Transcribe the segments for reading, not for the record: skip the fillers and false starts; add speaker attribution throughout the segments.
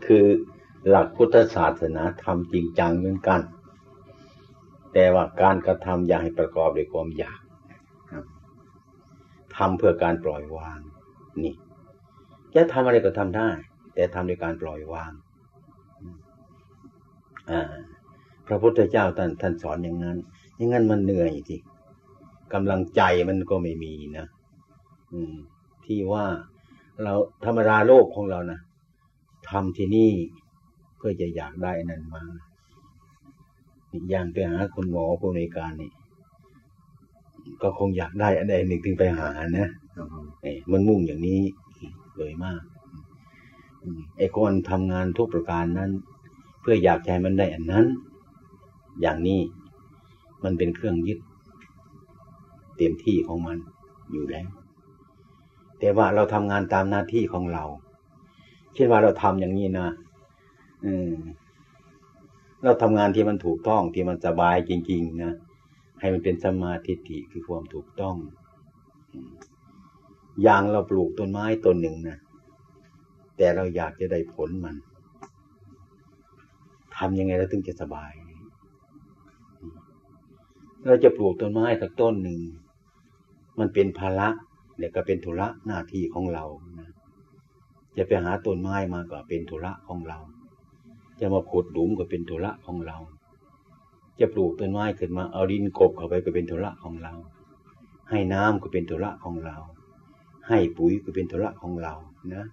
Speaker 1: คือหลักพุทธศาสนาทำจริงจังเหมือนกันแต่ว่าการกระทำอย่าให้ประกอบด้วยความอยากทำเพื่อการปล่อยวางนี่จะทำอะไรก็ทำได้แต่ทำด้วยการปล่อยวางพระพุทธเจ้าท่านสอนอย่างนั้นมันเหนื่อยสิกำลังใจมันก็ไม่มีนะที่ว่าเราธรรมดาโลกของเรานะทำที่นี่เพื่อจะอยากได้นั่นมาอย่างไปหาคุณหมอผู้ในการนี่ก็คงอยากได้อะไรหนึ่งถึงไปหานะมันมุ่งอย่างนี้เลยมากไอ้คนทำงานทุกประการนั้นเพื่ออยากให้มันได้อันนั้นอย่างนี้มันเป็นเครื่องยึดเต็มที่ของมันอยู่แล้วแต่ว่าเราทำงานตามหน้าที่ของเราเช่นว่าเราทำอย่างนี้นะเราทำงานที่มันถูกต้องที่มันสบายจริงๆนะให้มันเป็นสัมมาทิฏฐิคือความถูกต้องอย่างเราปลูกต้นไม้ต้นหนึ่งนะแต่เราอยากจะได้ผลมันทำยังไงเราถึงจะสบายเราจะปลูกต้นไม้สักต้นหนึ่งมันเป็นภาระเดี๋ยวก็เป็นธุระหน้าที่ของเรานะจะไปหาต้นไม้มาก็เป็นธุระของเราจะมาขุดหลุมก็เป็นธุระของเราจะปลูกต้นไม้ขึ้นมาเอาดินกบเข้าไปก็เป็นธุระของเราให้น้ำก็เป็นธุระของเราให้ปุ๋ยก็เป็นธุระของเรานะ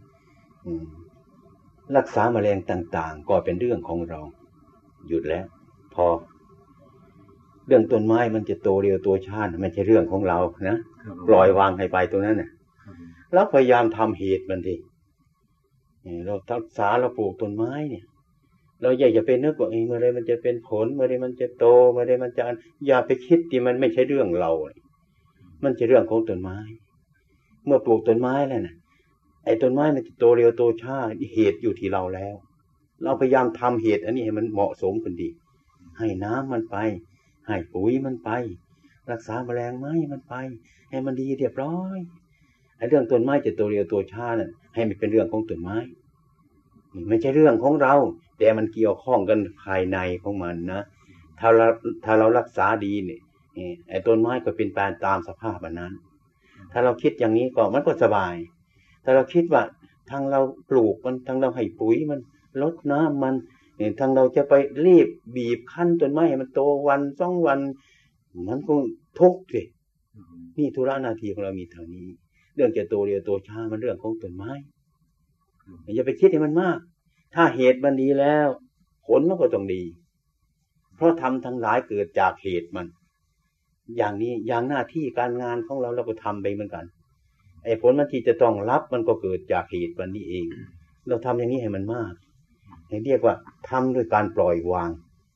Speaker 1: รักษาแมลงต่างๆก็เป็นเรื่องของเราหยุดแล้วพอเรื่องต้นไม้มันจะโตเร็วโตช้าไม่ใช่เรื่องของเรานะปล่อยวางให้ไปตรงนั้นน่ะแล้วพยายามทำเหตุมันทีเรารักษาเราปลูกต้นไม้เนี่ยเราอย่าไปนึกว่าเมื่อไรมันจะเป็นผลเมื่อไรมันจะโตเมื่อไรมันจะอย่าไปคิดที่มันไม่ใช่เรื่องเรามันจะเรื่องของต้นไม้เมื่อปลูกต้นไม้แล้วน่ะไอ้ต้นไม้มันจะโตเร็วโตช้าเหตุอยู่ที่เราแล้วเราพยายามทำเหตุอันนี้ให้มันเหมาะสมกันดีให้น้ำมันไปให้ปุ๋ยมันไปรักษาแมลงไม้มันไปให้มันดีเรียบร้อยไอ้เรื่องต้นไม้จะโตเร็วโตช้าน่ะให้มันเป็นเรื่องของต้นไม้ไม่ใช่เรื่องของเราแต่มันเกี่ยวข้องกันภายในของมันนะถ้าเรารักษาดีเนี่ยไอ้ต้นไม้ก็เป็นไปตามสภาพนั้นถ้าเราคิดอย่างนี้ก็มันก็สบายถ้าเราคิดว่าทางเราปลูกมันทางเราให้ปุ๋ยมันรดน้ำมันทางเราจะไปรีบบีบคั้นต้นไม้ให้มันโตวัน2 วันมันก็ทุกข์สินี่ธุระหน้าที่ของเรามีเท่านี้เรื่องจะโตเร็วโตช้ามันเรื่องของต้นไม้อย่าไปคิดให้มันมากถ้าเหตุมันดีแล้วผลมันก็ต้องดีเพราะทำทั้งหลายเกิดจากเหตุมันอย่างนี้อย่างหน้าที่การงานของเราก็ทำไปเหมือนกันไอ้ผลมันที่จะต้องรับมันก็เกิดจากเหตุมันนี่เองเราทำอย่างนี้ให้มันมากเรียกว่าทำด้วยการปล่อยวาง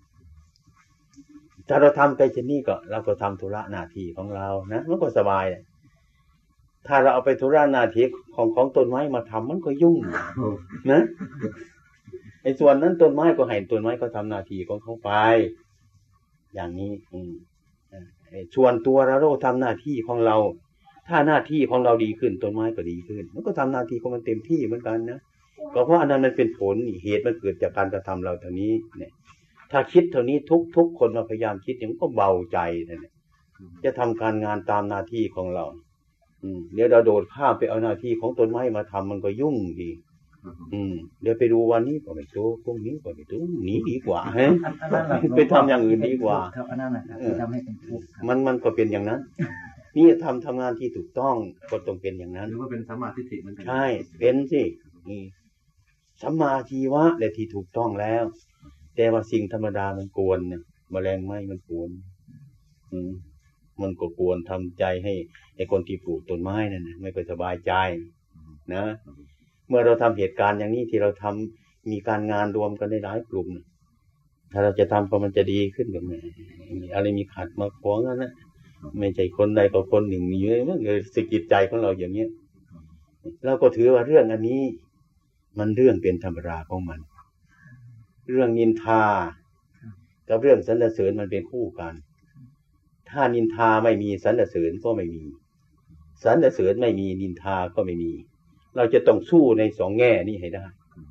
Speaker 1: ถ้าเราทำไปเช่นนี้ก็เราก็ทำธุระหน้าที่ของเรานะมันก็สบายถ้าเราเอาไปธุระหน้าที่ของต้นไม้มาทำมันก็ยุ่งนะไอ้ส่วนนั้นต้นไม้ก็ให้ต้นไม้ก็ทำหน้าที่ของเขาไปอย่างนี้ส่วนตัวเราทำหน้าที่ของเราถ้าหน้าที่ของเราดีขึ้นต้นไม้ก็ดีขึ้นมันก็ทำหน้าที่ของมันเต็มที่เหมือนกันนะก็เพราะอันนั้นมันเป็นผลเหตุมันเกิดจากการกระทำเราเท่านี้เนี่ยถ้าคิดเท่านี้ทุกคนมาพยายามคิดอย่างนี้ก็เบาใจเนี่ยจะทำการงานตามหน้าที่ของเราเดี๋ยวเราโดดข้ามไปเอาหน้าที่ของต้นไม้มาทำมันก็ยุ่งดีเดี๋ยวไปดูวันนี้ก็ไม่โตพรุ่งนี้ก็ไม่โตหนีดีกว่าฮะไปทำอย่างอื่นดีกว่า
Speaker 2: อันนั้นนะครับที่ทำให้เป็นทุกข์
Speaker 1: มันก็เป็นอย่างนั้นนี่ทำงานที่ถูกต้องก็ต้องเป็นอย่างนั้น
Speaker 3: หรือว่าเป็นสัมมาทิฏฐิมัน
Speaker 1: ใช่เป็นสิสัมมาชีวะแต่ที่ถูกต้องแล้วแต่ว่าสิ่งธรรมดามันกวนเนี่ยแมลงไหม้มันกวนมันก็กวนทำใจให้ไอ้คนที่ปลูกต้นไม้นั่นไม่ค่อยสบายใจนะเมื่อเราทำเหตุการณ์อย่างนี้ที่เราทำมีการงานรวมกันในหลายกลุ่มถ้าเราจะทำพอมันจะดีขึ้นแบบไหนอะไรมีขัดมาขวางนั่นนะไม่ใช่คนใดก็คนหนึ่งมีเยอะมันเลยสะกิดใจของเราอย่างเงี้ยเราก็ถือว่าเรื่องอันนี้มันเรื่องเป็นธรรมดาของมันเรื่องนินทากับเรื่องสรรเสริญมันเป็นคู่กันถ้านินทาไม่มีสรรเสริญก็ไม่มีสรรเสริญไม่มีนินทาก็ไม่มีเราจะต้องสู้ใน2 แง่นี้ให้ได้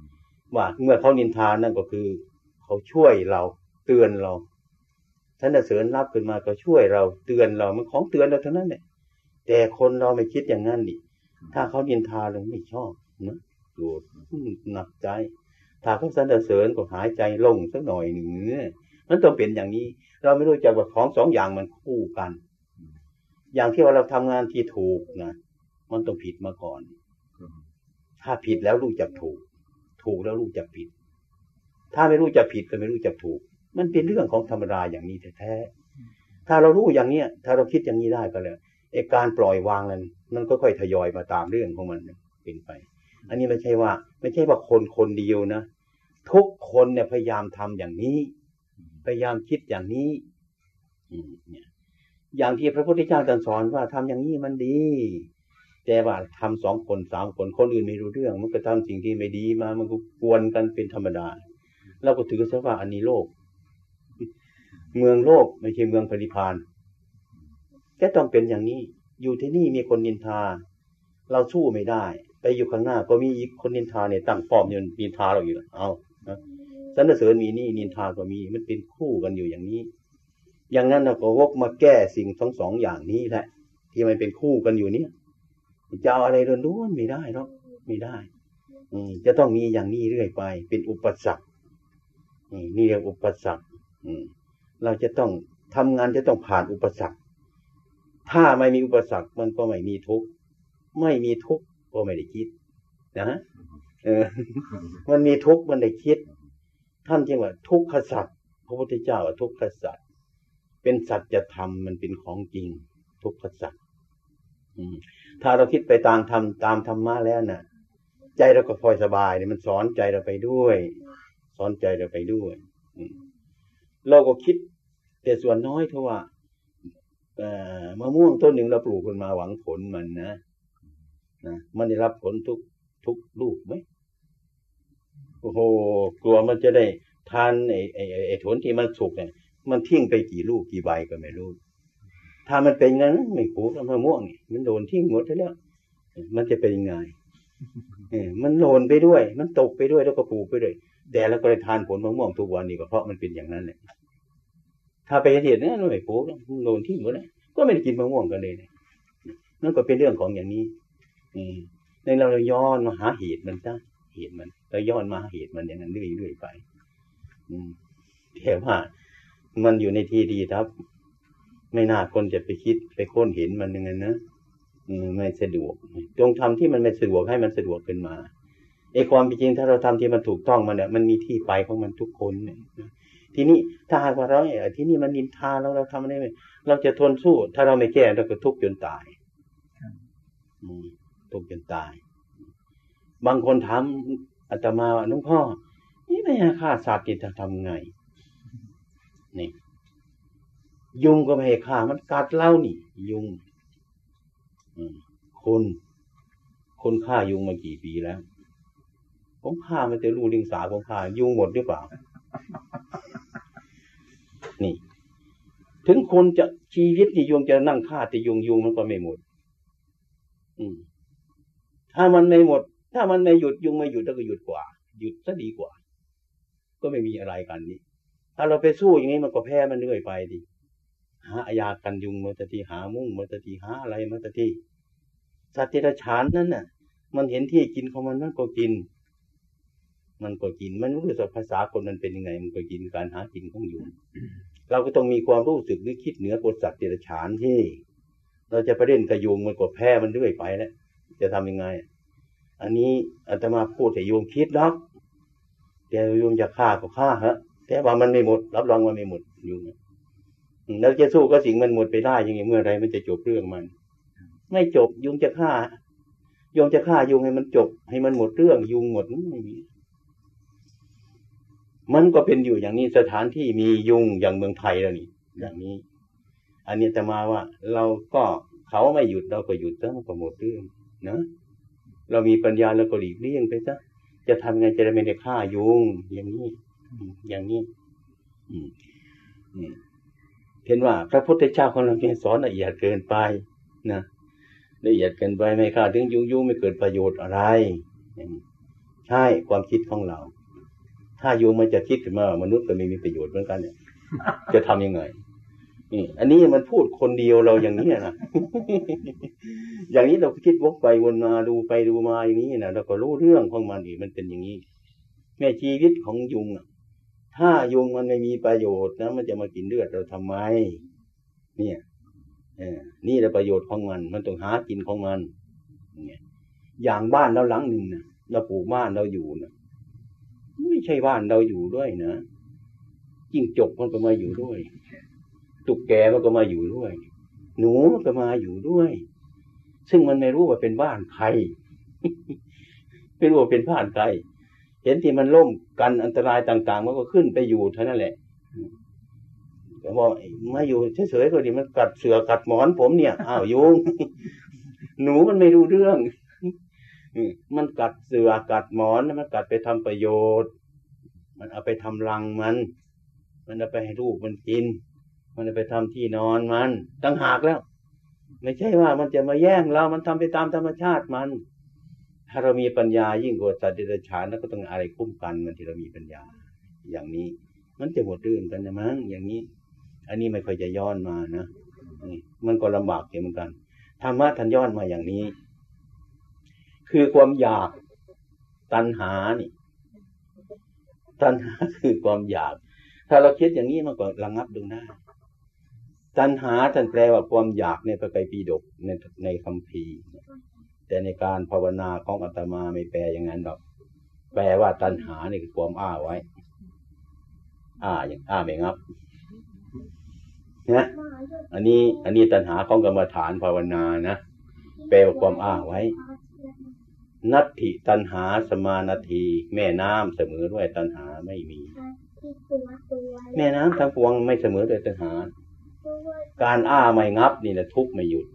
Speaker 1: ว่าเมื่อเขานินทานั่นก็คือเขาช่วยเราเตือนเราสรรเสริญรับขึ้นมาก็ช่วยเราเตือนเรามันของเตือนเราเท่านั้นแหละแต่คนเราไม่คิดอย่างนั้นดิถ้าเขานินทาเราไม่ชอบนะโกรธหนักใจถ้าเขาสรรเสริญก็หายใจลงสักหน่อยหนึ่งมันต้องเป็นอย่างนี้เราไม่รู้จักว่าของสองอย่างมันคู่กันอย่างที่ว่าเราทำงานที่ถูกนะมันต้องผิดมาก่อนถ้าผิดแล้วรู้จักถูกถูกแล้วรู้จักผิดถ้าไม่รู้จักผิดก็ไม่รู้จักถูกมันเป็นเรื่องของธรรมดาอย่างนี้แท้ๆถ้าเรารู้อย่างเนี้ยถ้าเราคิดอย่างนี้ได้ก็เลยไอ้การปล่อยวางนั้นมันก็ค่อยทยอยมาตามเรื่องของมันเป็นไปอันนี้ไม่ใช่ว่าคนเดียวนะทุกคนเนี่ยพยายามทำอย่างนี้พยายามคิดอย่างนี้เนี่ยอย่างที่พระพุทธเจ้าตรัสสอนว่าทำอย่างนี้มันดีแต่ว่าทำ2 คน3 คนคนอื่นไม่รู้เรื่องมันก็ทำสิ่งที่ไม่ดีมามันก็กวนกันเป็นธรรมดาเราก็ถือซะว่าอันนี้โลกเมืองโลกไม่ใช่เมืองพระนิพพานแค่ต้องเป็นอย่างนี้อยู่ที่นี่มีคนนินทาเราสู้ไม่ได้ไปอยู่ข้างหน้าก็มีอีกคนนินทาเนี่ยตั้งป้อมอยู่นินทาเราอยู่เอาสรรเสริญมีนี่นินทาก็มีมันเป็นคู่กันอยู่อย่างนี้อย่างนั้นเราก็วกมาแก้สิ่งทั้ง2อย่างนี้แหละที่มันเป็นคู่กันอยู่เนี่ยจะเอาอะไรล้วนๆไม่ได้หรอกไม่ได้จะต้องมีอย่างนี้เรื่อยไปเป็นอุปสรรคนี่เรียกอุปสรรคเราจะต้องทำงานจะต้องผ่านอุปสรรคถ้าไม่มีอุปสรรคมันก็ไม่มีทุกข์ไม่มีทุกข์ก็ไม่ได้คิดนะมันมีทุกข์มันได้คิดท่านจึงว่าทุกขสัจพระพุทธเจ้าว่าทุกขสัจเป็นสัจธรรมมันเป็นของจริงทุกขสัจถ้าเราคิดไปตามธรรมะแล้วน่ะใจเราก็พลอยสบายเนี่ยมันสอนใจเราไปด้วยสอนใจเราไปด้วยเราก็คิดแต่ส่วนน้อยเท่าว่ามะม่วงต้นหนึ่งเราปลูกขึ้นมาหวังผลมันนะมันได้รับผลทุกลูกไหมโอ้โหกลัวมันจะได้ทานไอ้ผลที่มันสุกเนี่ยมันทิ้งไปกี่ลูกกี่ใบก็ไม่รู้ถ้ามันเป็นงั้นไม่ปลูกมะม่วงนี่มันโดนทิ้งหมดแล้วมันจะเป็นยังไงมันโหล่นไปด้วยมันตกไปด้วยแล้วก็ปลูกไปด้วยแต่แล้วก็ได้ทานผลมะม่วงทุกวันนี่ก็เพราะมันเป็นอย่างนั้นแหละถ้าไปเหตุนั้นไม่ปลูกโดนทิ้งหมดแล้วก็ไม่ได้กินมะม่วงกันเลยนั่นก็เป็นเรื่องของอย่างนี้ในเราย้อนมาหาเหตุมันซะเหตุมันเราย้อนมาหาเหตุมันอย่างนั้นเรื่อยๆไปแต่ว่ามันอยู่ในที่ดีครับไม่น่าคนจะไปคิดไปค้นเห็นมันอย่างนั้นนะไม่สะดวกจงทำที่มันไม่สะดวกให้มันสะดวกขึ้นมาไอ้ความเป็นจริงถ้าเราทำที่มันถูกต้องมันเนี่ยมันมีที่ไปของมันทุกคนเนี่ยทีนี้ถ้าหากว่าเราที่นี่มันนินทาเราทำอะไรไม่เราจะทนสู้ถ้าเราไม่แก้เราก็ทุกข์จนตายทุกข์จนตายบางคนถามอาตมาว่าหลวงพ่อนี่ไม่ให้ฆ่าสัตว์จะทำไงนี่ยุงก็ไม่ให้ฆ่ามันกัดเรานี่ยุงคนฆ่ายุงมากี่ปีแล้วผมฆ่ามันจะรู้ลิงสาผมฆ่ายุงหมดหรือเปล่านี่ถึงคนจะชีวิตที่ยุงจะนั่งฆ่าแต่ยุงมันก็ไม่หมดถ้ามันไม่หมดถ้ามันไม่หยุดยุงไม่หยุดแล้วก็หยุดกว่าหยุดซะดีกว่าก็ไม่มีอะไรกันนี่ถ้าเราไปสู้อย่างนี้มันก็แพ้มันเรื่อยไปดิหายากันยุงมาตะทีหามุ้งมาตะทีหาอะไรมาตะทีสัตว์เดรัจฉานนั้นน่ะมันเห็นที่กินของมันก็กินมันรู้สึกภาษาคนมันเป็นยังไงมันก็กินการหากินของยุงเราก็ต้องมีความรู้สึกนึกคิดเหนือกว่าสัตว์เดรัจฉานที่เราจะไปเล่นกับยุงมันก็แพ้มันเรื่อยไปแล้วจะทำยังไงอันนี้อาตมาพูดให้โยมคิดนะแต่โยมจะฆ่าก็ฆ่าฮะแต่ว่ามันไม่หมดรับรองว่าไม่หมดยุงแล้วจะสู้ก็สิ่งมันหมดไปได้ยังไงเมื่อไรมันจะจบเรื่องมันไม่จบยุงจะฆ่ายุงให้มันจบให้มันหมดเรื่องยุงหมดไม่มีมันก็เป็นอยู่อย่างนี้สถานที่มียุงอย่างเมืองไทยแล้วนี่อย่างนี้อันนี้จะมาว่าเราก็เขาไม่หยุดเราก็หยุดแล้วมันก็หมดเรื่องนะเรามีปัญญาเราก็หลีกเลี่ยงไปซะจะทำไงจะได้ไม่ได้ฆ่ายุงอย่างนี้เห็นว่าพระพุทธเจ้าของเราสอนละเอียดเกินไปนะละเอียดเกินไปไม่ฆ่าถึงยุงไม่เกิดประโยชน์อะไรใช่ความคิดของเราถ้าโยมมันจะคิดขึ้นมามนุษย์ก็ไม่มีประโยชน์เหมือนกันเนี่ยจะทำยังไงนี่อันนี้มันพูดคนเดียวเราอย่างนี้นะ อย่างนี้เราคิดวกไปวนมาดูไปดูมาอย่างนี้นะเราก็รู้เรื่องของมันอีกมันเป็นอย่างนี้แม่ชีวิตของยุงถ้ายุงมันไม่มีประโยชน์นะมันจะมากินเลือดเราทำไมเนี่ยนี่แหละประโยชน์ของมันต้องหากินของมันเนี่ยอย่างบ้านเราหลังหนึ่งนะเราปลูกบ้านเราอยู่นะไม่ใช่บ้านเราอยู่ด้วยนะจิ้งจกมันก็มาอยู่ด้วยตุ๊กแกมันก็มาอยู่ด้วยหนูมันก็มาอยู่ด้วยซึ่งมันไม่รู้ว่าเป็นบ้านใคร ไม่รู้ว่าเป็นบ้านใครเห็นที่มันล่มกันอันตรายต่างๆมันก็ขึ้นไปอยู่เท่านั้นแหละก็บอกมาอยู่เฉยๆก็ดีมันกัดเสือกัดหมอนผมเนี่ยอ้าวยุง หนูมันไม่รู้เรื่อง มันกัดเสือกัดหมอนมันกัดไปทำประโยชน์มันเอาไปทำรังมันเอาไปให้ลูกมันกินมันเอาไปทำที่นอนมันตั้งหากแล้วไม่ใช่ว่ามันจะมาแย่งเรามันทำไปตามธรรมชาติมันถ้าเรามีปัญญายิ่งกว่าสัตว์เดรัจฉานแล้วก็ต้องอะไรคุ้มกันมันที่เรามีปัญญาอย่างนี้มันจะหมดเรื่องกันนะมั้งอย่างนี้อันนี้ไม่ค่อยจะย้อนมานะมันก็ลำบากเหมือนกันธรรมะท่านย้อนมาอย่างนี้คือความอยากตัณหานี่ตัณหาคือความอยากถ้าเราคิดอย่างนี้มันก็ระงับดูได้ตัณหาท่านแปลว่าความอยากในพระไตรปิฎกในคัมภีร์แต่ในการภาวนาของอาตมาไม่แปลอย่างนั้นหรอกแปลว่าตัณหานี่คือความอ้าไว้อย่างอ้าไม่งับนะอันนี้ตัณหาของกรรมฐานภาวนานะแปลว่าความอ้าไว้นัตถิตัณหาสมานาทีแม่น้ำเสมอด้วยตัณหาไม่มีแม่น้ำทั้งปวงไม่เสมอด้วยตัณหาการอ้าไม่งับนี่แหละทุกข์ไม่หยุด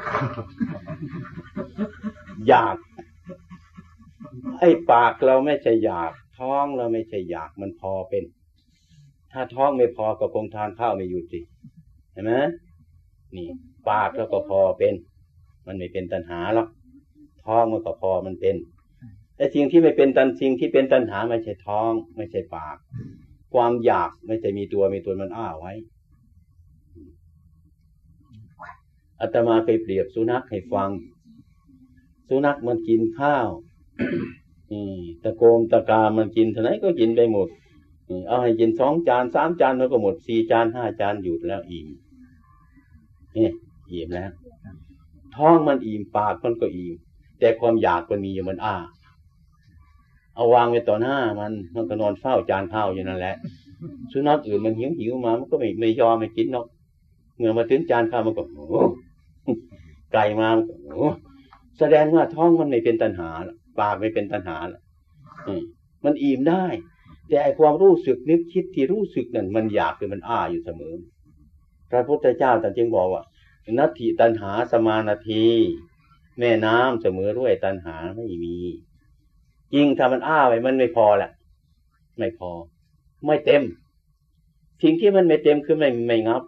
Speaker 1: อยากไอ้ปากเราไม่ใช่อยากท้องเราไม่ใช่อยากมันพอเป็นถ้าท้องไม่พอก็คงทานข้าวไม่หยุดสิเห็นไหมนี่ปากเราก็พอเป็นมันไม่เป็นตัณหาหรอกท้องมันก็พอมันเป็นแต่สิ่งที่ไม่เป็นสิ่งที่เป็นตัณหาไม่ใช่ท้องไม่ใช่ปากความอยากไม่ใช่มีตัวมันอ้าไว้อาตมาเคยเปรียบสุนัขให้ฟังสุนัขมันกินข้าว ตะโกมตะกามันกินเท่าไหร่ก็กินไปหมดเอาให้กิน2 จาน3 จานมันก็หมด4 จาน5 จานหยุดแล้วอิ่มอิ่มแล้วท้องมันอิ่มปากมันก็อิ่มแต่ความอยากมันมีอยู่มันอ้าเอาวางไว้ต่อหน้ามันก็นอนเฝ้าจานข้าวอยู่นั่นแหละสุนัขอื่นมันหิวมามันก็ไม่ยอมไม่กินหรอกเมื่อมาถึงจานข้าวมันก็ไก่มาแสดงว่าท้องมันไม่เป็นตัณหาปากไม่เป็นตัณหามันอิ่มได้แต่ไอ้ความรู้สึกนึกคิดที่รู้สึกนั่นมันอยากคือมันอ้าอยู่เสมอพระพุทธเจ้าท่านจึงบอกว่านัตถิตัณหาสมานาทีแม่น้ำเสมอด้วยตัณหาไม่มีจริงถ้ามันอ้าไว้มันไม่พอแหละไม่พอไม่เต็มสิ่งที่มันไม่เต็มคือไม่งับ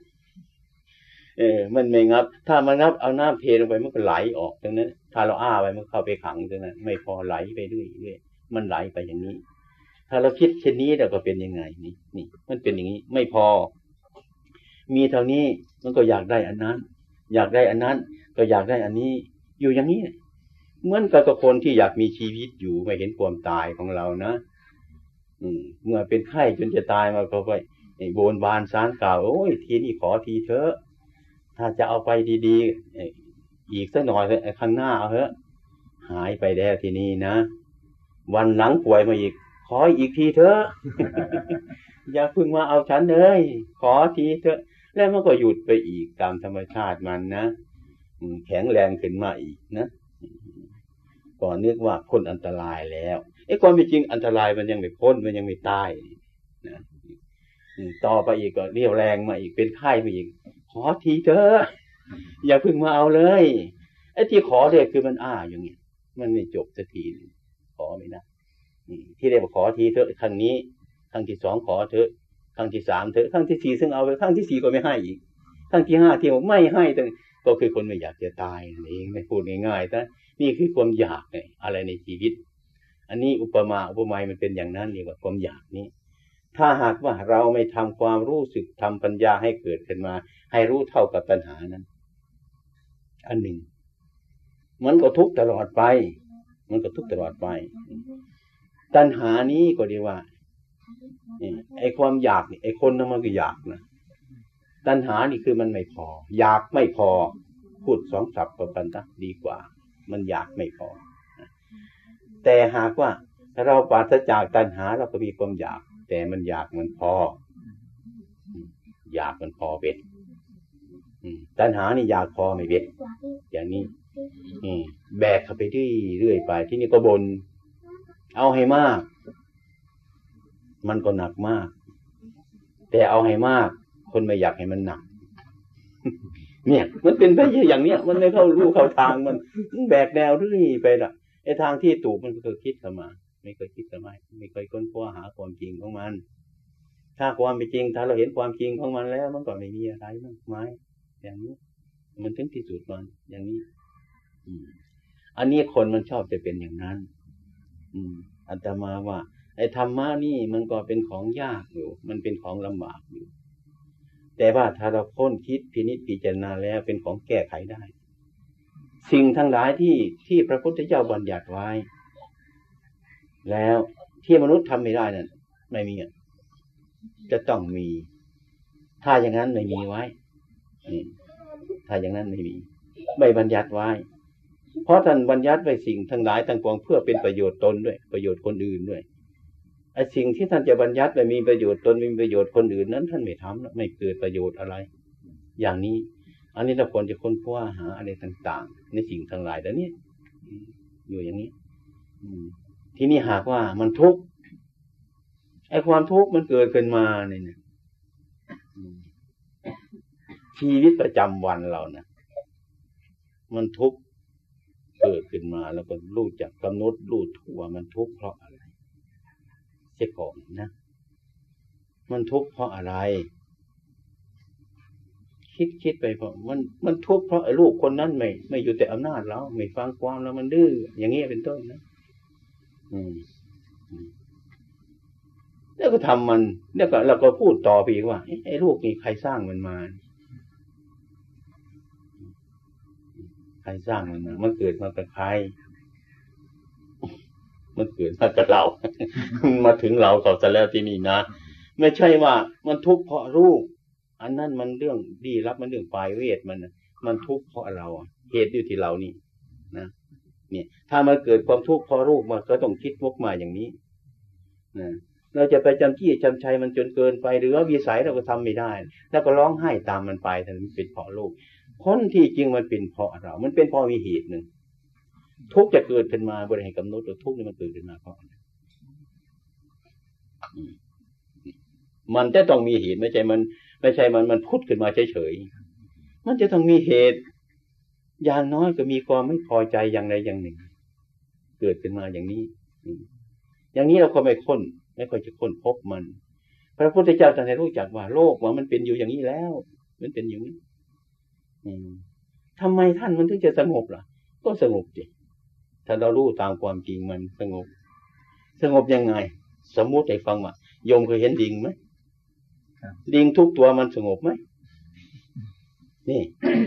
Speaker 1: มันไม่งับถ้ามันงับเอาน้ำเทลงไปมันก็ไหลออกตรงนั้นถ้าเราอ้าไว้มันเข้าไปขังตรงนั้นไม่พอไหลไปเรื่อยๆมันไหลไปอย่างนี้ถ้าเราคิดเช่นนี้เราก็เป็นยังไงนี่มันเป็นอย่างนี้ไม่พอมีเท่านี้มันก็อยากได้อันนั้นอยากได้อันนั้นก็อยากได้อันนี้อยู่อย่างนี้เหมือนกับคนที่อยากมีชีวิตอยู่ไม่เห็นความตายของเรานะเมื่อเป็นไข้จนจะตายมาก็ไปโบนบานสารกล่าวโอ้ยทีนี้ขอทีเถอะถ้าจะเอาไปดีๆอีกสักหน่อยข้างหน้าเอาเถอะหายไปแล้วทีนี้นะวันหลังป่วยมาอีกขออีกทีเถอะ อย่าเพิ่งมาเอาฉันเลยขอทีเถอะแล้วมันก็หยุดไปอีกตามธรรมชาติมันนะแข็งแรงขึ้นมาอีกนะก่อนนึกว่าพ้นอันตรายแล้วความเป็นจริงอันตรายมันยังไม่พ้นมันยังไม่ตายนะต่อไปอีกก็เรี่ยวแรงมาอีกเป็นไข้มาอีกขอทีเถอะอย่าเพิ่งมาเอาเลยไอ้ที่ขอเด็กคือมันอย่างเงี้ยมันไม่จบสักทีขอไม่ได้ที่ได้บอกขอทีเถอะครั้งนี้ครั้งที่2ขอเถอะครั้งที่3เถอะครั้งที่4ซึ่งเอาไปครั้งที่4ก็ไม่ให้อีกครั้งที่5ที่ผมไม่ให้ก็คือคนไม่อยากจะตายนั่นเองไม่พูดง่ายๆแต่นี่คือความอยากอะไรในชีวิตอันนี้อุปมาอุปไมยมันเป็นอย่างนั้นเรียกว่าความอยากนี้ถ้าหากว่าเราไม่ทำความรู้สึกทำปัญญาให้เกิดขึ้นมาให้รู้เท่ากับตัณหานั้นอันหนึ่งมันก็ทุกข์ตลอดไปมันก็ทุกข์ตลอดไปตัณหานี้ก็ดีว่าไอ้ความอยากนี่ไอ้คนนั้นมันก็อยากนะตัณหานี่คือมันไม่พออยากไม่พอพูดสองศัพท์กันนะดีกว่ามันอยากไม่พอแต่หากว่าเราปราศจากตัณหาเราก็มีความอยากแต่มันอยากมันพออยากมันพอเป็นตัณหานี่อยากพอไม่เป็นอย่างนี้แบกเข้าไปเรื่อยไปที่นี่ก็บนเอาให้มากมันก็หนักมากแต่เอาให้มากคนไม่อยากให้มันหนักเนี่ยมันเป็นไปอย่างเนี้ยมันไม่เข้ารู้เข้าทางมันแบกแนวเรื่อยไปละไอ้ทางที่ถูกมันก็คิดเข้ามาไม่เคยคิดเข้ามาไม่เคยค้นคว้าหาความจริงของมันถ้าความเป็นจริงถ้าเราเห็นความจริงของมันแล้วมันก็ไม่มีอะไรมากมายอย่างนี้มันถึงที่สุดมันอย่างนี้อันนี้คนมันชอบจะเป็นอย่างนั้นอาตมาว่าไอ้ธรรมะนี่มันก็เป็นของยากอยู่มันเป็นของลำบากอยู่แต่ว่าถ้าเราค้นคิดพินิจพิจารณาแล้วเป็นของแก้ไขได้สิ่งทั้งหลายที่พระพุทธเจ้าบัญญัติไว้แล้วที่มนุษย์ทำไม่ได้นั่นไม่มีจะต้องมีถ้าอย่างนั้นไม่มีไว้ถ้าอย่างนั้นไม่บัญญัติไว้เพราะท่านบัญญัติไว้สิ่งทั้งหลายทั้งปวงเพื่อเป็นประโยชน์ตนด้วยประโยชน์คนอื่นด้วยไอ้สิ่งที่ท่านจะบัญญัติไว้มีประโยชน์ตนมีประโยชน์คนอื่นนั้นท่านไม่ทำไม่เกิดประโยชน์อะไรอย่างนี้อันนี้เราควรจะค้นคว้าหาอะไรต่างๆในสิ่งทั้งหลายแต่นี้อยู่อย่างนี้ที่นี่หากว่ามันทุกข์ไอ้ความทุกข์มันเกิดขึ้นมาเนี่ยชีวิตประจำวันเรานะมันทุกข์เกิดขึ้นมาแล้วก็รู้จักกำหนดรู้ทั่วมันทุกข์เพราะอะไรเสียก่อนนะมันทุกข์เพราะอะไรคิดไปเพราะมันทุกข์เพราะไอ้ลูกคนนั้นไม่อยู่แต่อำนาจเราไม่ฟังความแล้วมันดื้ออย่างนี้เป็นต้นนะแล้วก็ทำมันแล้วก็เราก็พูดต่อไปอีกว่าไอ้ลูกนี่ใครสร้างมันมาใครสร้างมันมามันเกิดมากับใครมันเกิดมากับเรา มาถึงเราเขาซะแล้วที่นี่นะไม่ใช่ว่ามันทุกข์เพราะลูกอันนั้นมันเรื่องดีรับมันเรื่องปลายเวทมันทุกข์เพราะเราเหตุอยู่ที่เรานี่นะเนี่ยถ้ามันเกิดความทุกข์เพราะลูกมันก็ต้องคิดวกมาอย่างนี้นะเราจะไปจำจี้จำชัยมันจนเกินไปหรือว่าวิสัยเราก็ทำไม่ได้แล้วก็ร้องไห้ตามมันไปแต่มันเป็นเพราะลูกคนที่จริงมันเป็นเพราะเรามันเป็นเพราะมีเหตุหนึ่งทุกข์จะเกิดขึ้นมาบริหารกำหนดตัวทุกข์นี่มันเกิดขึ้นมาเพราะมันจะต้องมีเหตุไม่ใช่มันพุทธขึ้นมาเฉยๆมันจะต้องมีเหตุอย่างน้อยก็มีความไม่พอใจอย่างใดอย่างหนึ่งเกิดขึ้นมาอย่างนี้อย่างนี้เราก็ไม่ค่อยจะค้นพบมันพระพุทธเจ้าท่านให้รู้จักว่าโลกว่ามันเป็นอยู่อย่างนี้แล้วมันเป็นอย่างนี้ทำไมท่านมันถึงจะสงบล่ะก็สงบสิถ้าเรารู้ตามความจริงมันสงบยังไงสมมุติให้ฟังว่าโยมเคยเห็นลิงไหมลิงทุกตัวมันสงบไหมนี่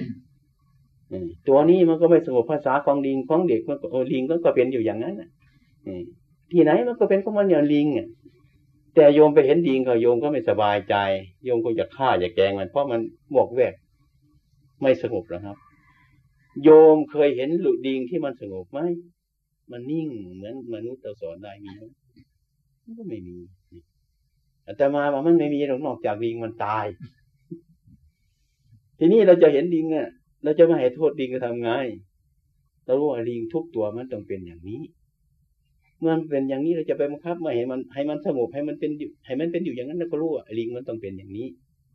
Speaker 1: ตัวนี้มันก็ไม่สงบภาษาของลิงของเด็กมันก็ลิงก็เป็นอยู่อย่างนั้นน่ะที่ไหนมันก็เป็นของมันอย่างลิงแต่โยมไปเห็นลิงก็โยมก็ไม่สบายใจโยมก็อยากฆ่าอยากแกล้งมันเพราะมันหมวกแวกไม่สงบหรอกครับโยมเคยเห็นลิงที่มันสงบไหมมันนิ่งเหมือนมนุษย์เราสอนได้มีไหมมันก็ไม่มีแต่มาว่ามันไม่มีหรอกนอกจากลิงมันตายทีนี้เราจะเห็นลิงเราจะไม่ให้โทษลิงจะทำไงเรารู้ว่าลิงทุกตัวมันต้องเป็นอย่างนี้เมื่อมันเป็นอย่างนี้เราจะไปบังคับไม่ให้มันสงบให้มันเป็นอยู่อย่างนั้นเราก็รู้ว่าลิงมันต้องเป็นอย่างนี้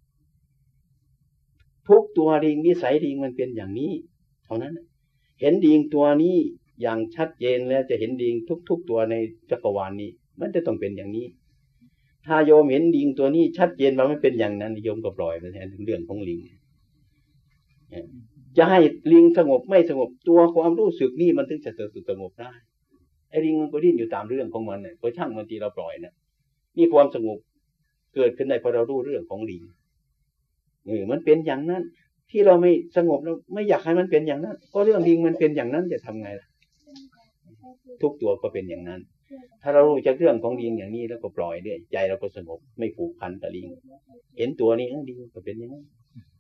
Speaker 1: ทุกตัวลิงนิสัยลิงมันเป็นอย่างนี้เท่านั้นเห็นลิงตัวนี้อย่างชัดเจนแล้วจะเห็นลิงทุกตัวในจักรวาลนี้มันจะต้องเป็นอย่างนี้ถ้าโยมเห็นลิงตัวนี้ชัดเจนว่ามันเป็นอย่างนั้นโยมก็ปล่อยมันแทนเรื่องของลิงจะให้ลิงสงบไม่สงบตัวความรู้สึกนี่มันถึงจะสงบได้ไอ้ลิงมันก็ดิ้นอยู่ตามเรื่องของมันเนี่ยก็ช่างมันทีเราปล่อยนะนี่ความสงบเกิดขึ้นได้เพราะเรารู้เรื่องของลิงมันเป็นอย่างนั้นที่เราไม่สงบเราไม่อยากให้มันเป็นอย่างนั้นก็เรื่องลิงมันเป็นอย่างนั้นจะทำไงล่ะทุกตัวก็เป็นอย่างนั้นถ้าเรารู้จักเรื่องของลิงอย่างนี้แล้วก็ปล่อยเนี่ยใจเราก็สงบไม่ผูกพันกับลิงเห็นตัวนี้ลิงก็เป็นอย่างนั้น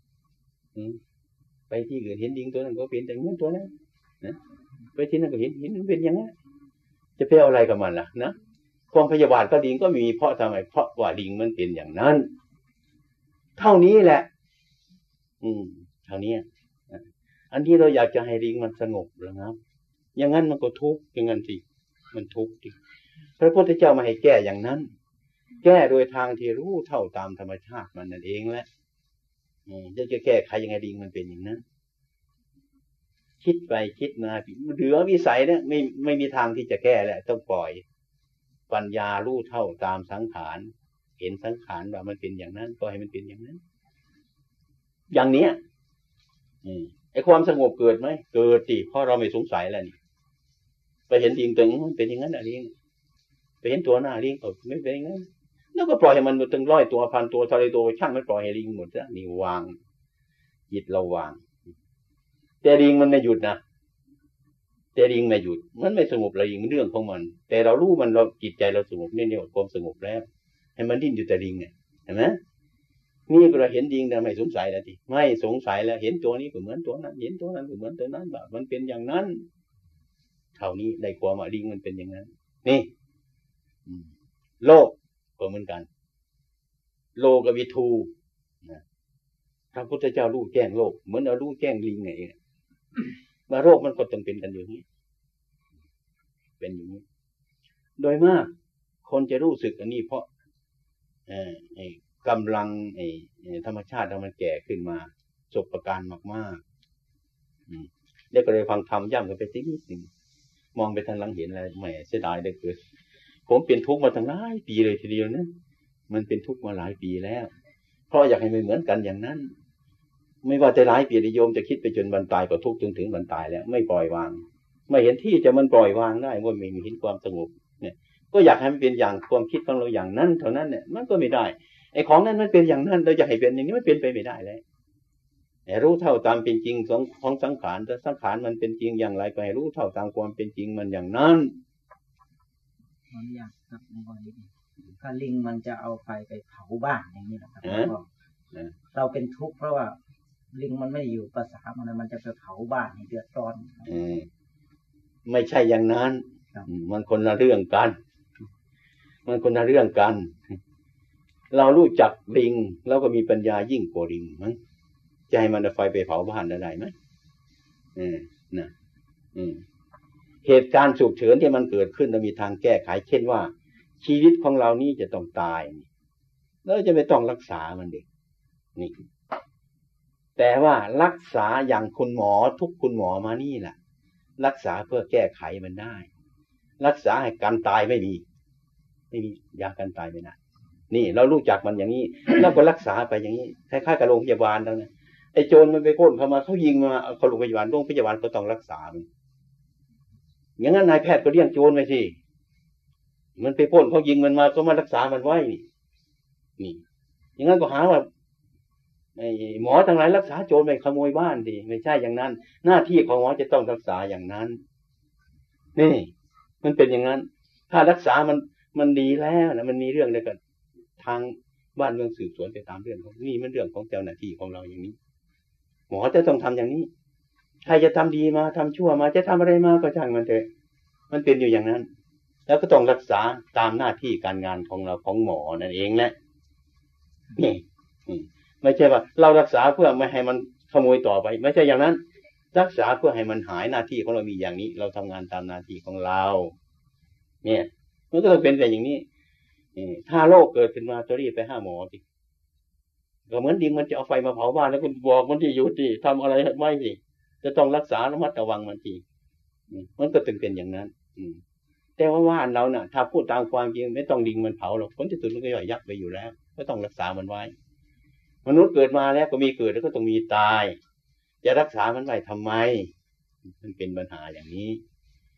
Speaker 1: ไปที่อื่นเห็นลิงตัวนั้นก็เป็นอย่างนั้นตัวนั้นนะไปที่นั่นก็เห็นมันเป็นอย่างนั้นจะไปเอาอะไรกับมันล่ะนะความพยาบาทก็ลิงก็มีเพราะทำไมเพราะว่าลิงมันเป็นอย่างนั้นเท่านี้แหละเท่านี้อันที่เราอยากจะให้ลิงมันสงบแล้วครับอย่างนั้นมันก็ทุกข์อย่างนั้นสิมันทุกข์ดิพระพุทธเจ้ามาให้แก้อย่างนั้นแก้โดยทางที่รู้เท่าตามธรรมชาติมันนั่นเองแหละจะแก้ไขยังไงลิงมันเป็นอย่างนั้นคิดไปคิดมาเหลือวิสัยเนี่ยไม่มีทางที่จะแก้แหละต้องปล่อยปัญญารู้เท่าตามสังขารเห็นสังขารว่ามันเป็นอย่างนั้นก็ให้มันเป็นอย่างนั้นอย่างเนี้ยไอ้ความสงบเกิดไหมเกิดดิเพราะเราไม่สงสัยแล้วนี่ไปเห็นลิงตัวมันเป็นอย่างนั้นลิงไปเห็นตัวหน้าลิงไม่เป็นอย่างนั้นแล้วก็ปล่อยให้มันตั้ง100 ตัว1,000 ตัว1,000 ตัวช่างมันปล่อยให้ลิงหมดซะนี่วางจิตเราวางแต่ลิงมันไม่หยุดนะแต่ลิงไม่หยุดมันไม่สงบเลยลิงมันเรื่องของมันแต่เรารู้มันเราจิตใจเราสงบนี่ความสงบแล้วให้มันดิ้นอยู่แต่ลิงเนี่ยเห็นไหมนี่เราเห็นลิงแต่ไม่สงสัยแล้วทีไม่สงสัยแล้วเห็นตัวนี้ก็เหมือนตัวนั้นเห็นตัวนั้นก็เหมือนตัวนั้นแบบมันเป็นอย่างนั้นเท่านี้ได้ความว่าลิงมันเป็นอย่างนั้นนี่โลกก็เหมือนกันโลกวิทูพระพุทธเจ้ารู้แจ้งโลกเหมือนเรารู้แจ้งลิงไงมาโรคมันก็ต้องเป็นกันอย่างนี้เป็นอย่างนี้โดยมากคนจะรู้สึกอันนี้เพราะกำลังธรรมชาติเรามันแก่ขึ้นมาจบประการมากๆแล้วก็เลยฟังธรรมย่ำกันไปสักนิดหนึ่งมองไปทางหลังเห็นอะไรแหมเสียดายได้เกิดผมเป็นทุกข์มาตั้งหลายปีเลยทีเดียวนะมันเป็นทุกข์มาหลายปีแล้วเพราะอยากให้มันเหมือนกันอย่างนั้นไม่ว่าจะหลายปีโยมจะคิดไปจนวันตายก็ทุกข์จนถึงวันตายแล้วไม่ปล่อยวางไม่เห็นที่จะมันปล่อยวางได้ว่าไม่เห็นความสงบเนี่ยก็อยากให้มันเป็นอย่างความคิดของเราอย่างนั้นเท่านั้นเนี่ยมันก็ไม่ได้ไอ้ของนั้นมันเป็นอย่างนั้นเราจะให้เป็นอย่างนี้มันเป็นไปไม่ได้เลยรู้เท่าตามเป็นจริงของสังขารแต่สังขารมันเป็นจริงอย่างไรก็ให้รู้เท่าตามความเป็นจริงมันอย่างนั้น
Speaker 2: มันอยากครับในวันนี้ถ้าลิงมันจะเอาไฟไปเผาบ้านอย่างนี้นะครับเราเป็นทุกข์เพราะว่าลิงมันไม่อยู่ภาษามันจะไปเผาบ้านให้เดือดร้อน
Speaker 1: ไม่ใช่อย่างนั้นมันคนละเรื่องกันมันคนละเรื่องกันเรารู้จักลิงแล้วก็มีปัญญายิ่งกว่าลิงมั้งจะให้มันเอาไฟไปเผาบ้านได้ไหมนะเหตุการณ์ฉุกเฉินที่มันเกิดขึ้นเรามีทางแก้ไขเช่นว่าชีวิตของเรานี้จะต้องตายแล้วจะไม่ต้องรักษามันเด็กนี่แต่ว่ารักษาอย่างคุณหมอทุกคุณหมอมานี่แหละรักษาเพื่อแก้ไขมันได้รักษาให้การตายไม่มียาการตายไม่ได้นี่เรารู้จักมันอย่างนี้แล้วก็รักษาไปอย่างนี้คล้ายๆกับโรงพยาบาลแล้วนะไอ้โจรมันไปพ่นเข้ามาเขายิงมาเขาโรงพยาบาลก็ต้องรักษามันอย่างนั้นนายแพทย์ก็เลี้ยงโจรไปสิมันไปพ่นเขายิงมันมาก็มารักษามันไว้นี่อย่างนั้นก็หาว่าหมอทั้งหลายรักษาโจรไปขโมยบ้านดิไม่ใช่อย่างนั้นหน้าที่ของหมอจะต้องรักษาอย่างนั้นนี่มันเป็นอย่างนั้นถ้ารักษามันดีแล้วนะมันมีเรื่องเดียวกันทางบ้านเมืองสืบสวนไปตามเรื่องของนี่มันเรื่องของเจ้าหน้าที่ของเราอย่างนี้หมอจะต้องทำอย่างนี้ใครจะทำดีมาทำชั่วมาจะทำอะไรมาก็ช่างมันเถอะมันเป็นอยู่อย่างนั้นแล้วก็ต้องรักษาตามหน้าที่การงานของเราของหมอนั่นเองแหละนี่ไม่ใช่ว่าเรารักษาเพื่อไม่ให้มันขโมยต่อไปไม่ใช่อย่างนั้นรักษาเพื่อให้มันหายหน้าที่ของเรามีอย่างนี้เราทำงานตามหน้าที่ของเราเนี่ยมันก็ต้องเป็นแต่อย่างนี้ถ้าโรคเกิดขึ้นมาจะรีบไปหาหมอสิก็เหมือนดิงมันจะเอาไฟมาเผาบ้านแล้วคุณบอกมันที่อยู่ที่ทำอะไรไม่สิจะต้องรักษาระมัดระวังมันทีมันก็ถึงเป็นอย่างนั้นแต่ว่าเราน่ะถ้าพูดตามความจริงไม่ต้องดิงมันเผาหรอกผลที่สุดมันก็ย่อยยับไปอยู่แล้วก็ต้องรักษามันไว้มนุษย์เกิดมาแล้วก็มีเกิดแล้วก็ต้องมีตายจะรักษามันไว้ทำไมมันเป็นปัญหาอย่างนี้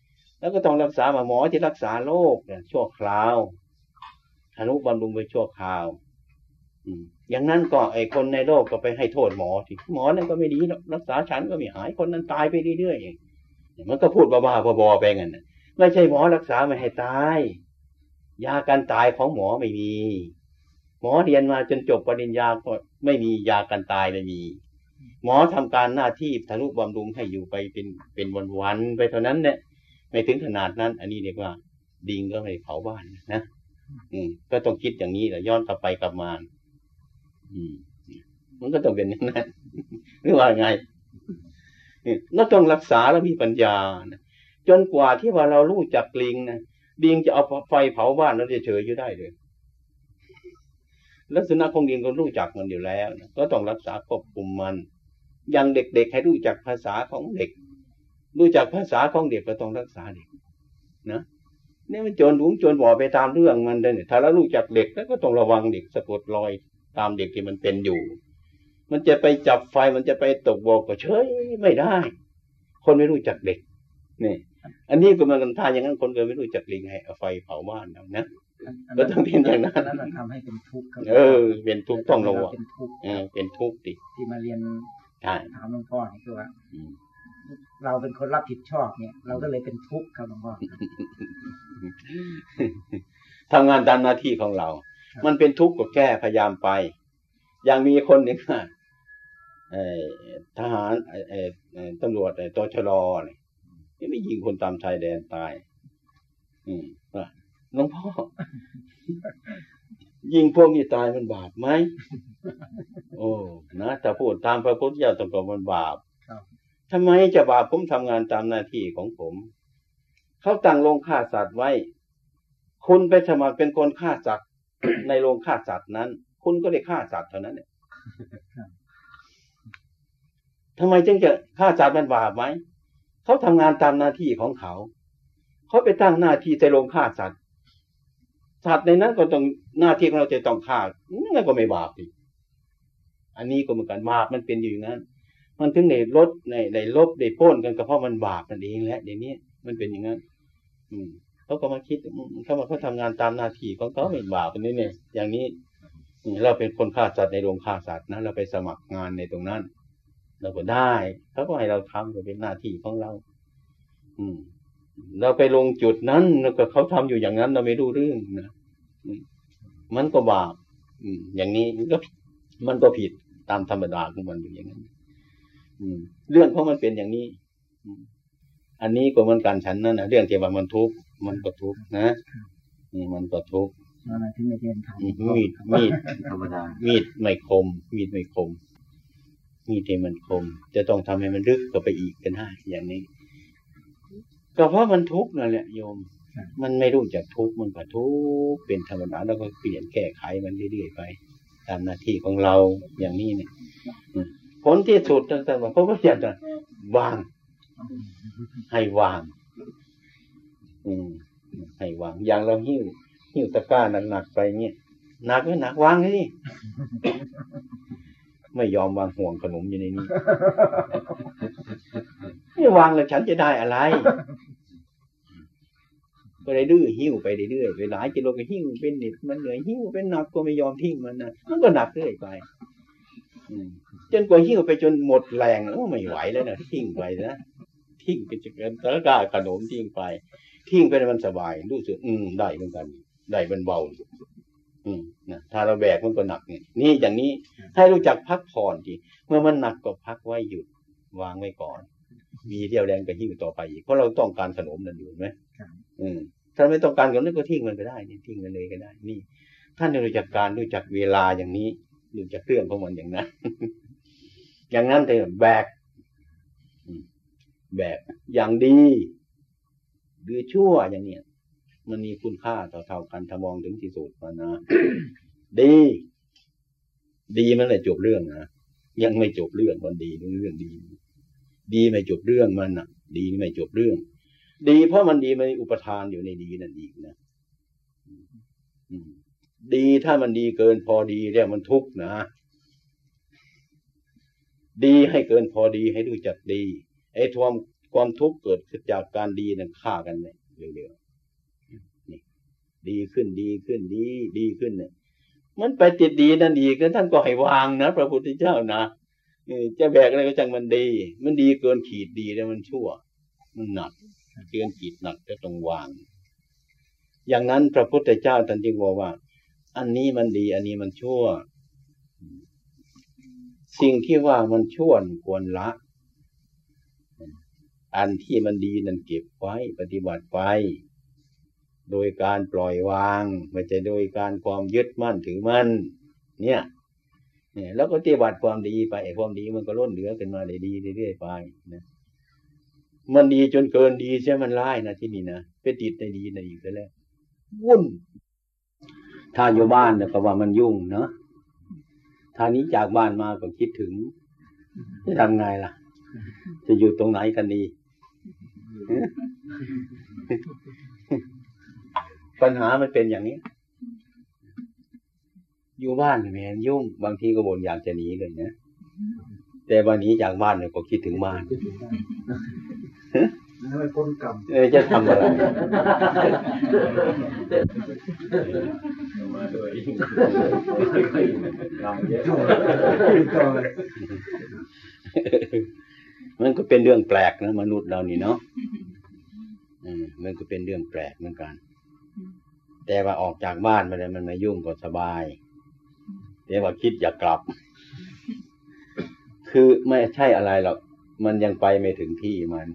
Speaker 1: แล้วก็ต้องรักษาหมอที่รักษาโรคเนี่ยชั่วคราวทนุบำรุงไปชั่วคราวอย่างนั้นก็ไอ้คนในโลกก็ไปให้โทษหมอที่หมอนั่นก็ไม่ดีรักษาฉันก็ไม่หายคนนั้นตายไปเรื่อยๆมันก็พูดบ้าๆบอๆไปงั้นนะไม่ใช่หมอรักษาไม่ให้ตายยากันตายของหมอไม่มีหมอเรียนมาจนจบปริญญาก็ไม่มียากันตายไม่มีหมอทำการหน้าที่ทนุบำรุงให้อยู่ไปเป็นวันๆไปเท่านั้นเนี่ยไม่ถึงขนาดนั้นอันนี้เรียกว่าดิงก็ไม่เผาบ้านนะก็ต้องคิดอย่างนี้แหละย้อนกลับไปกลับมามันก็ต้องเป็นอย่างนั้นหรือว่าไงเราต้องรักษาแล้วมีปัญญานะจนกว่าที่ว่าเรารู้จักลิงนะลิงจะเอาไฟเผาบ้านเราจะเฉยอยู่ได้เลยลักษณะของลิงก็รู้จักมันอยู่แล้วนะก็ต้องรักษาควบคุมมันอย่างเด็กๆให้รู้จักภาษาของเด็กรู้จักภาษาของเด็กก็ต้องรักษาเด็กนะนี่มันโจรหลงโจรบ่อไปตามเรื่องมันเลยเนี่ยถ้าเรารู้จักเด็กแล้วก็ต้องระวังเด็กสะกดรอยตามเด็กที่มันเป็นอยู่มันจะไปจับไฟมันจะไปตกบ่อก็เฉยไม่ได้คนไม่รู้จักเด็กนี่อันนี้ก็มันท่าอย่างนั้นคนก็ไม่รู้จักลิงให้เอาไฟเผาบ้านเรานะก็ต้องเป็นอย่างนั้น
Speaker 2: มันทำให้เป็นทุกข์
Speaker 1: เป็นทุกข์ต้องระวังเป็นทุกข์
Speaker 2: ที่มาเรียนถามหลวงพ่อนี่คือว่าเราเป็นคนรับผิดชอบเนี่ยเราก็เลยเป็นทุกข์ครับหลวงพ่อ
Speaker 1: ทำงานตามหน้าที่ของเรามันเป็นทุกข์ก็แก้พยายามไปอย่างมีคนหนึ่งทหารตำรวจตชรเนี่ยไม่ยิงคนตามชายแดนตายหลวงพ่อยิงพวกนี้ตายมันบาปไหมโอ้นะแต่พูดตามพระพุทธเจ้าตรงๆมันบาปทำไมจะบาปผมทำงานตามหน้าที่ของผมเขาตั้งโรงฆ่าสัตว์ไว้คุณไปสมัครเป็นคนฆ่าสัตว์ในโรงฆ่าสัตว์นั้นคุณก็ได้ฆ่าสัตว์เท่านั้นเนี่ยทำไมจึงจะฆ่าสัตว์มันบาปไหมเขาทำงานตามหน้าที่ของเขาเขาไปตั้งหน้าที่ในโรงฆ่าสัตว์สัตว์ในนั้นก็ต้องหน้าที่ของเราจะต้องฆ่านั่นก็ไม่บาปอีกอันนี้ก็เหมือนกันบาปมันเป็นอยู่อย่างนั้นมันถึงในลดในลบในป้นกันก็เพราะมันบาปนั่นเองแหละเดี๋ยวนี้มันเป็นอย่างนั้นเขาก็มาคิดเขาทำงานตามหน้าที่ของเขาไม่บาปอันนี้เนี่ยอย่างนี้เราเป็นคนฆ่าสัตว์ในโรงฆ่าสัตว์นะเราไปสมัครงานในตรงนั้นเราก็ได้เขาก็ให้เราทำก็เป็นหน้าที่ของเราเราไปลงจุดนั้นแล้วก็เขาทำอยู่อย่างนั้นเราไม่รู้เรื่องนะมันก็บาปอย่างนี้มันก็ผิดตามธรรมดาของมันอยู่อย่างนั้นเรื่องเพราะมันเป็นอย่างนี้อันนี้ก็เหมือนกันฉันนั่นนะเรื่องที่ว่ามันทุกข์มันก็ทุกข์นะมันก็ทุกข์มีดธรรมดามีดไม่คมมีดที่มันคมจะต้องทำให้มันลึกเข้าไปอีกกันได้อย่างนี้ก็เพราะมันทุกข์นั่นแหละโยมมันไม่รู้จักทุกข์มันก็ทุกข์เป็นธรรมดาแล้วก็เปลี่ยนแก้ไขมันเรื่อยๆไปตามหน้าที่ของเราอย่างนี้เนี่ยผลที่สุดต่างๆเพราะว่าจะวางให้วางให้วางอย่างเราหิ้วตะกร้าหนักๆไปเนี่ยหนักไม่หนักวางเลยไม่ยอมวางห่วงขนมอยู่ในนี้ไม่วางแล้วฉันจะได้อะไรก็เลยดื้อหิ้วไปเรื่อยๆไปหลายกิโลก็หิ้วเป็นนิดมันเหนื่อยหิ้วเป็นหนักก็ไม่ยอมทิ้งมันนะมันก็หนักเรื่อยไปจนกว่าหิ้วไปจนหมดแรงแล้วไม่ไหวแล้วนะทิ้งไปนะทิ้งไปจนตะกร้าขนมทิ้งไปมันสบายรู้สึกได้เหมือนกันได้มันเบานะถ้าเราแบกมันก็หนักนี่อย่างนี้ให้รู้จักพักผ่อนทีเมื่อมันหนักก็พักไว้หยุดวางไว้ก่อนมีเรี่ยวแรงก็หิ้วต่อไปอีกเพราะเราต้องการขนมนั่นอยู่ไหมถ้าไม่ต้องการขนมก็ทิ้งมันก็ได้นี่ทิ้งมันเลยก็ได้นี่ท่านรู้จักการรู้จักเวลาอย่างนี้รู้จักเรื่องของมันอย่างนั้นอย่างนั้นแต่แบกอย่างดีหรือชั่วอย่างเนี้ยมันมีคุณค่าเท่ากันถ้ามองถึงที่สุดมันนะดีมันเลยจบเรื่องนะยังไม่จบเรื่องมันดีเรื่องดีไม่จบเรื่องมันน่ะดีไม่จบเรื่องดีเพราะมันดีมันอุปทานอยู่ในดีนั่นอีกนะดีถ้ามันดีเกินพอดีเรียกมันทุกข์นะดีให้เกินพอดีให้รู้จักดีไอ้ความทุกข์เกิดขึ้นจากการดีนั่นฆ่ากันเลยเร็วๆนี่ดีขึ้นดีขึ้นดีขึ้นเนี่ยมันไปติดดีนั่นดีก็ท่านก็ให้วางนะพระพุทธเจ้านะจะแบกอะไรก็จังมันดีเกินขีดดีแล้วมันชั่วมันหนักเกินขีดหนักจะต้องวางอย่างนั้นพระพุทธเจ้าท่านจึงบอกว่าอันนี้มันดีอันนี้มันชั่วสิ่งที่ว่ามันชั่วควรละอันที่มันดีนั้นเก็บไว้ปฏิบัติไปโดยการปล่อยวางไม่ใช่โดยการความยึดมั่นถือมั่นเนี่ยแล้วก็ปฏิบัติความดีไปความดีมันก็ล้นเหลือขึ้นมาได้ดีเรื่อยๆไปนะมันดีจนเกินดีใช่มันร้ายนะที่นี่นะไปติดในดีในอีกแล้ววุ่นถ้าอยู่บ้านเนี่ยก็ว่ามันยุ่งเนาะถ้านี้จากบ้านมาก็คิดถึงจะทำไงล่ะจะอยู่ตรงไหนกันดีปัญหามันเป็นอย่างนี้อยู่บ้านแม่นยุ่งบางทีก็บ่นอยากจะหนีเลยนะแต่วันนี้จากบ้านเนี่ยก็คิดถึงบ้าน
Speaker 3: ไม่พ้นกรรม
Speaker 1: จะทำอะไรมาด้วยกรรมเยอะมันก็เป็นเรื่องแปลกนะมนุษย์เรานี่เนาะมันก็เป็นเรื่องแปลกเหมือนกันแต่ว่าออกจากบ้านมาเลยมันไม่ยุ่งก็สบายแต่ว่าคิดอยากกลับคือไม่ใช่อะไรหรอกมันยังไปไม่ถึงที่มัน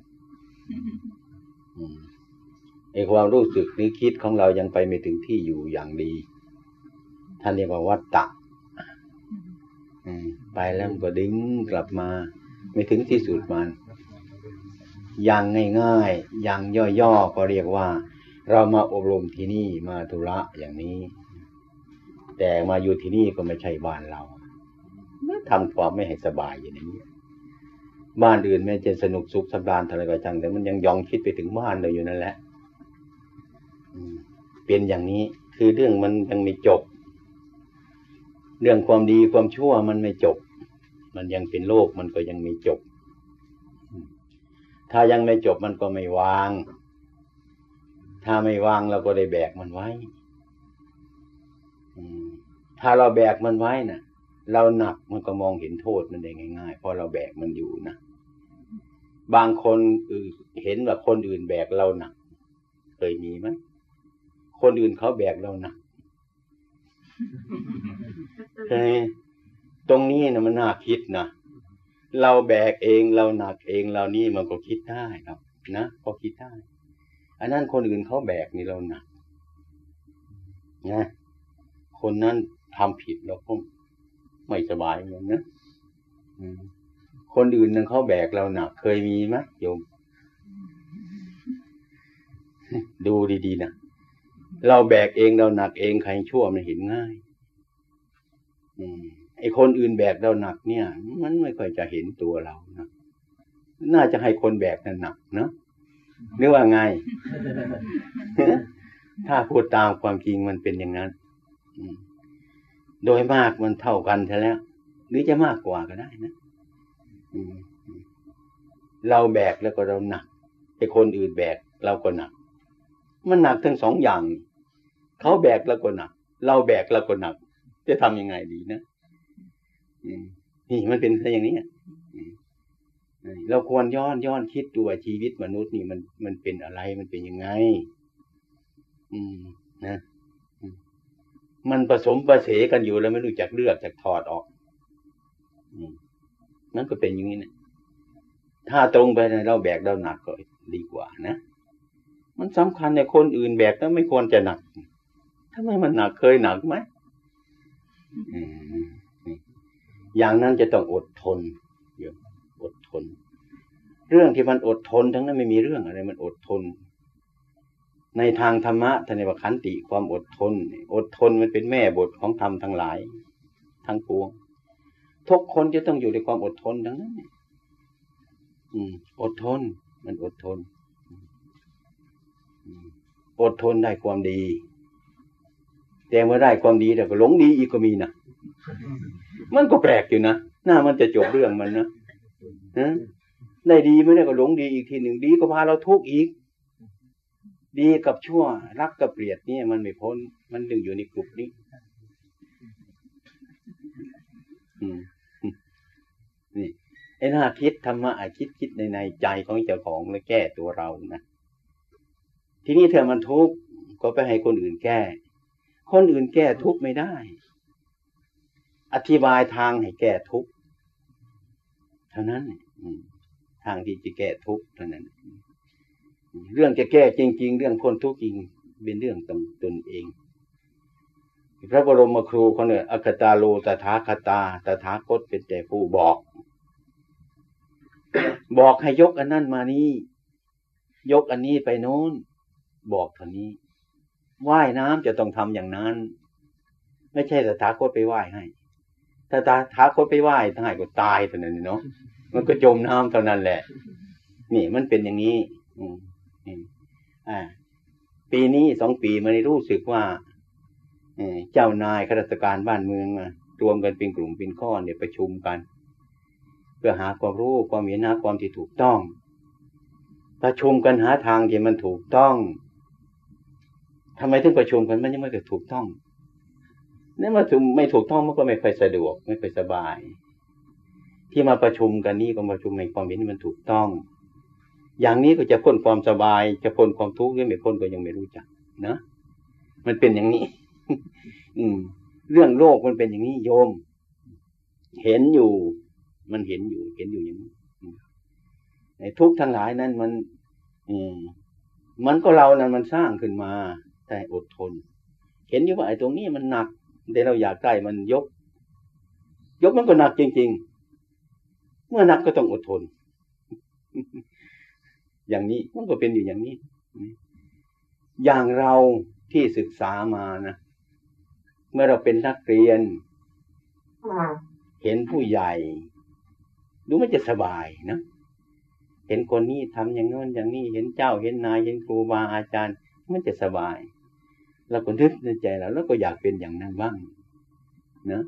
Speaker 1: ไอ้ความรู้สึกนึกคิดของเรายังไปไม่ถึงที่อยู่อย่างดีท่านเรียกว่าวัฏฏะไปแล้วมันก็ดึงกลับมาไม่ถึงที่สุดมันอย่างง่ายๆอย่างย่อๆก็เรียกว่าเรามาอบรมที่นี่มาธุระอย่างนี้แต่มาอยู่ที่นี่ก็ไม่ใช่บ้านเราทำความไม่ให้สบายอย่างนี้บ้านอื่นแม้จะสนุกสุขสำราญอะไรก็จังแต่มันยังยองคิดไปถึงบ้านเราอยู่นั่นแหละเป็นอย่างนี้คือเรื่องมันยังไม่จบเรื่องความดีความชั่วมันไม่จบมันยังเป็นโลกมันก็ยังไม่จบถ้ายังไม่จบมันก็ไม่วางถ้าไม่วางเราก็ได้แบกมันไว้ถ้าเราแบกมันไว้น่ะเราหนักมันก็มองเห็นโทษมันได้ง่ายๆเพราะเราแบกมันอยู่นะบางคนเห็นว่าคนอื่นแบกเราหนักเคยมีไหมคนอื่นเขาแบกเราหนักใช่ตรงนี้นะมันน่าคิดนะเราแบกเองเราหนักเองเรานี่มันก็คิดได้ครับนะก็คิดได้อันนั้นคนอื่นเขาแบกนี่เราหนักนะคนนั้นทำผิดเราก็ไม่สบายเหมือนนะคนอื่นนั้นเขาแบกเราหนักเคยมีไหมโยมดูดีๆนะเราแบกเองเราหนักเองใครชั่วมันเห็นง่ายไอ้คนอื่นแบกเราหนักเนี่ยมันไม่ค่อยจะเห็นตัวเรานะน่าจะให้คนแบกนั่นหนักเนาะหรือว่าไง ถ้าพูดตามความจริงมันเป็นอย่างนั้นโดยมากมันเท่ากันใช่แล้วหรือจะมากกว่าก็ได้นะเราแบกแล้วก็เราหนักไอ้คนอื่นแบกเราก็หนักมันหนักทั้งสองอย่างเขาแบกแล้วก็หนักเราแบกแล้วก็หนักจะทำยังไงดีนะนี่มันเป็นอย่างนี้เราควรย้อนคิดดูว่าชีวิตมนุษย์นี่มันเป็นอะไรมันเป็นยังไงนะมันผสมประเสกันอยู่แล้วไม่รู้จักเลือกจักถอดออกนั่นก็เป็นอย่างนี้นะถ้าตรงไปเราแบกเราหนักก็ดีกว่านะมันสำคัญในคนอื่นแบกแล้วไม่ควรจะหนักทำไมมันหนักเคยหนักไหมอย่างนั้นจะต้องอดทนอดทนเรื่องที่มันอดทนทั้งนั้นไม่มีเรื่องอะไรมันอดทนในทางธรรมะท่านเรียกว่าขันติความอดทนอดทนมันเป็นแม่บทของธรรมทั้งหลายทั้งปวงทุกคนจะต้องอยู่ในความอดทนทั้งนั้นอดทนมันอดทนอดทนได้ความดีแต่เมื่อได้ความดีแต่ก็หลงดีอีกก็มีนะมันก็แปลกอยู่นะหน้ามันจะจบเรื่องมันนะได้ดีไม่ได้ก็หลงดีอีกทีหนึ่งดีก็พาเราทุกข์อีกดีกับชั่วรักกับเกลียดนี่มันไม่พ้นมันดึงอยู่ในกลุ่มนี้นี่ไอ้หน้าคิดธรรมะคิดในใจของเจ้าของแล้วแก้ตัวเรานะทีนี้เธอมันทุกข์ก็ไปให้คนอื่นแก้คนอื่นแก้ทุกข์ไม่ได้อธิบายทางให้แก้ทุกข์เท่านั้นทางที่จะแก้ทุกข์เท่านั้นเรื่องจะแก้จริงๆเรื่องพ้นทุกข์จริงเป็นเรื่องตนเองพระบรมครูเขาเนี่ยอคตาโลตถาคตาตถาคตเป็นแต่ผู้บอก บอกให้ยกอันนั้นมานี้ยกอันนี้ไปโน้นบอกเท่านี้ว่ายน้ำจะต้องทำอย่างนั้นไม่ใช่ตถาคตไปว่ายให้ถ้าตถาคตไปว่ายทั้งหลายก็ตายเท่านั้นเนาะมันก็จมน้ำเท่านั้นแหละนี่มันเป็นอย่างนี้ปีนี้2 ปีมาได้รู้สึกว่าเจ้านายข้าราชการบ้านเมืองรวมกันเป็นกลุ่มเป็นก้อนเนี่ยประชุมกันเพื่อหาความรู้ความเห็นหาความที่ถูกต้องประชุมกันหาทางที่มันถูกต้องทำไมถึงประชุมกันมันยังไม่เกิดถูกต้องนั่นมาถึงไม่ถูกต้องมันก็ไม่ค่อยสะดวกไม่ค่อยสบายที่มาประชุมกันนี้ก็ประชุมในความเห็นที่มันถูกต้องอย่างนี้ก็จะพ้นความสบายจะพ้นความทุกข์หรือไม่พ้นก็ยังไม่รู้จักนะมันเป็นอย่างนี้ เรื่องโลกมันเป็นอย่างนี้โยมเห็นอยู่มันเห็นอยู่อย่างนี้ในทุกข์ทั้งหลายนั้นมันก็เรานั้นมันสร้างขึ้นมาแต่อดทนเห็นอยู่ว่าไอ้ตรงนี้มันหนักแต่เราอยากได้มันยกมันก็หนักจริงๆเมื่อหนักก็ต้องอดทน อย่างนี้มันก็เป็นอยู่อย่างนี้อย่างเราที่ศึกษามานะเมื่อเราเป็นนักเรียนเห็นผู้ใหญ่ดูมันจะสบายนะเห็นคนนี้ทำอย่างโน้นอย่างนี้เห็นเจ้าเห็นนายเห็นครูบาอาจารย์มันจะสบายเราก็นึกในใจแล้วก็อยากเป็นอย่างนั้นบ้างนะ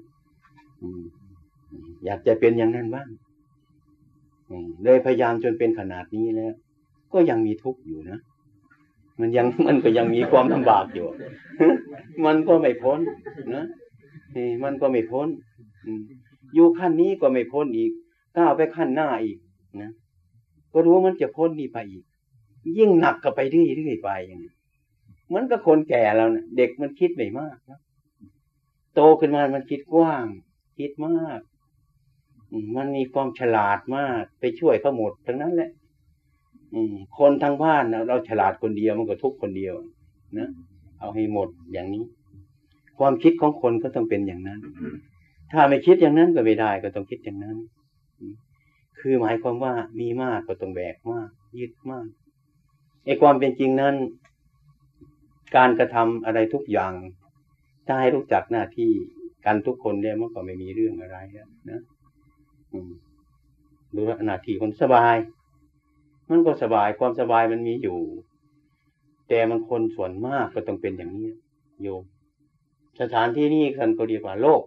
Speaker 1: อยากจะเป็นอย่างนั้นบ้างเลยพยายามจนเป็นขนาดนี้แล้วก็ยังมีทุกข์อยู่นะมันก็ยังมีความลำบากอยู่ มันก็ไม่พ้นนะมันก็ไม่พ้นอยู่ขั้นนี้ก็ไม่พ้นอีกก้าวไปขั้นหน้าอีกนะก็รู้ว่ามันจะพ้นนี่ไปอีกยิ่งหนักก็ไปเรื่อยๆไปอย่างนี้มันก็คนแก่แล้วนะเด็กมันคิดไม่มากนะโตขึ้นมามันคิดกว้างคิดมากมันมีความฉลาดมากไปช่วยเขาหมดทั้งนั้นแหละคนทางบ้านเราฉลาดคนเดียวมันก็ทุกข์คนเดียวนะเอาให้หมดอย่างนี้ความคิดของคนก็ต้องเป็นอย่างนั้นถ้าไม่คิดอย่างนั้นก็ไม่ได้ก็ต้องคิดอย่างนั้นคือหมายความว่ามีมากก็ต้องแบกมากยึดมากไอ้ความเป็นจริงนั้นการกระทำอะไรทุกอย่างถ้าให้รู้จักหน้าที่กันทุกคนเนี่ยมันก็ไม่มีเรื่องอะไรนะดูหน้าที่คนสบายมันก็สบายความสบายมันมีอยู่แต่มันคนส่วนมากก็ต้องเป็นอย่างนี้โยมสถานที่นี้ท่านก็เรียกว่าโลก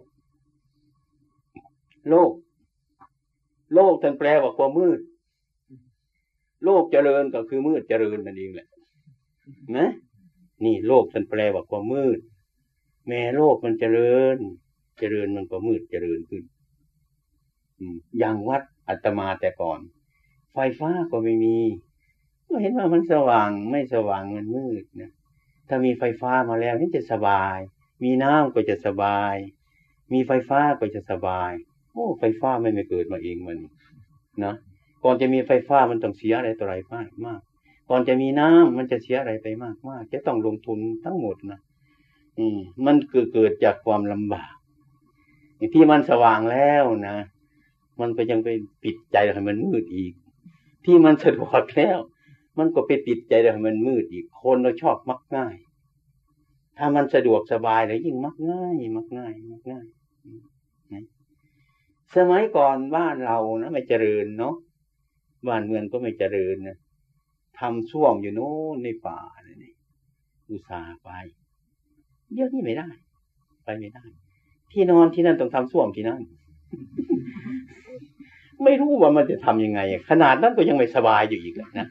Speaker 1: ท่านแปลว่าความมืดโลกเจริญก็คือมืดเจริญนั่นเองแหละนะนี่โลกท่านแปลว่าความมืดแม้โลกมันเจริญมันก็มืดเจริญขึ้นอย่างวัดอาตมาแต่ก่อนไฟฟ้าก็ไม่มีก็เห็นว่ามันสว่างไม่สว่างมันมืดนะถ้ามีไฟฟ้ามาแล้วนี่จะสบายมีน้ำก็จะสบายมีไฟฟ้าก็จะสบายโอ้ไฟฟ้าไม่เกิดมาเองมันนะก่อนจะมีไฟฟ้ามันต้องเสียอะไรต่ออะไรมากก่อนจะมีน้ำมันจะเสียอะไรไปมากจะต้องลงทุนทั้งหมดนะมันเกิดจากความลำบากที่มันสว่างแล้วนะมันก็ยังไปปิดใจให้มันมืดอีกที่มันสะดวกแล้วมันก็ไปปิดใจให้มันมืดอีกคนเราชอบมักง่ายถ้ามันสะดวกสบายแล้วยิ่งมักง่ายสมัยก่อนบ้านเรานะไม่เจริญเนาะบ้านเมืองก็ไม่เจริญนะทำส้วมอยู่โน้นในป่านี่อุตส่าห์ไปเดี๋ยวนี้ไม่ได้ไปไม่ได้ที่นอนที่นั่นต้องทำส้วมที่นั่นไม่รู้ว่ามันจะทำยังไงขนาดนั้นก็ยังไม่สบายอยู่อีกเลยนะ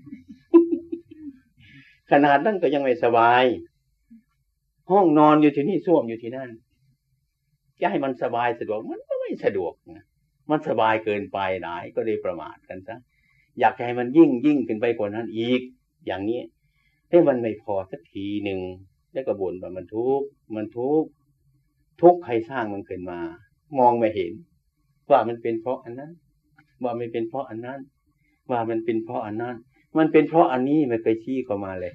Speaker 1: ขนาดนั้นก็ยังไม่สบายห้องนอนอยู่ที่นี่ส้วมอยู่ที่นั่นจะให้มันสบายสะดวกมันก็ไม่สะดวกนะมันสบายเกินไปหลายก็เลยประมาทกันซะอยากให้มันยิ่งขึ้นไปกว่านั้นอีกอย่างนี้ให้มันไม่พอสักทีหนึ่งแล้วก็บ่นว่ามันทุกข์ใครสร้างมันขึ้นมามองไม่เห็นว่ามันเป็นเพราะอันนั้นว่ามันเป็นเพราะอันนั้นว่ามันเป็นเพราะอันนั้นมันเป็นเพราะอันนี้ไม่เคยชี้เข้ามาเลย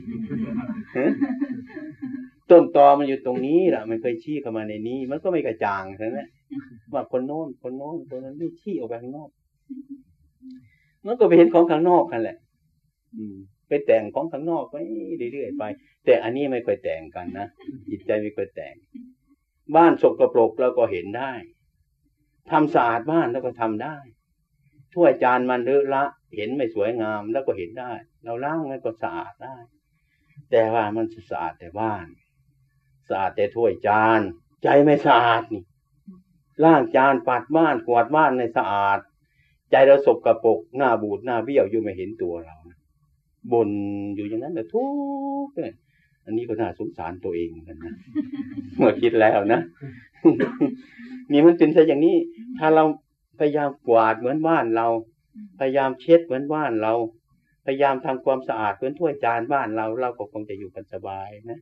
Speaker 1: ต้นตอมันอยู่ตรงนี้แหละมันเคยชี้เข้ามาในนี้มันก็ไม่กระจ่างใช่ไหมว่าคนโน้นคนนั้นไม่ชี้ออกไปข้างนอกมันก็ไปเห็นของข้างนอกกันแหละไปแต่งของข้างนอกไปเรื่อยๆไปแต่อันนี้ไม่ค่อยแต่งกันนะจิตใจไม่ค่อยแต่งบ้านสกปรกเราก็เห็นได้ทำสะอาดบ้านแล้วก็ทำได้ถ้วยจานมันเลอะละเห็นไม่สวยงามแล้วก็เห็นได้เราล้างมันก็สะอาดได้แต่ว่ามันสะอาดแต่บ้านสะอาดแต่ถ้วยจานใจไม่สะอาดนี่ล้างจานปัดบ้านกวาดบ้านในสะอาดใจเราสกปรกหน้าบูดหน้าเบี้ยวอยู่ไม่เห็นตัวเราบ่นอยู่อย่างนั้นแต่ทุกข์เนี่ยอันนี้ก็น่าสงสารตัวเองเหมือนกันนะเมื่อคิดแล้วนะ นี่มันเป็นซะอย่างนี้ถ้าเราพยายามกวาดเหมือนบ้านเราพยายามเช็ดเหมือนบ้านเราพยายามทำความสะอาดเหมือนถ้วยจานบ้านเราก็คงจะอยู่กันสบายนะ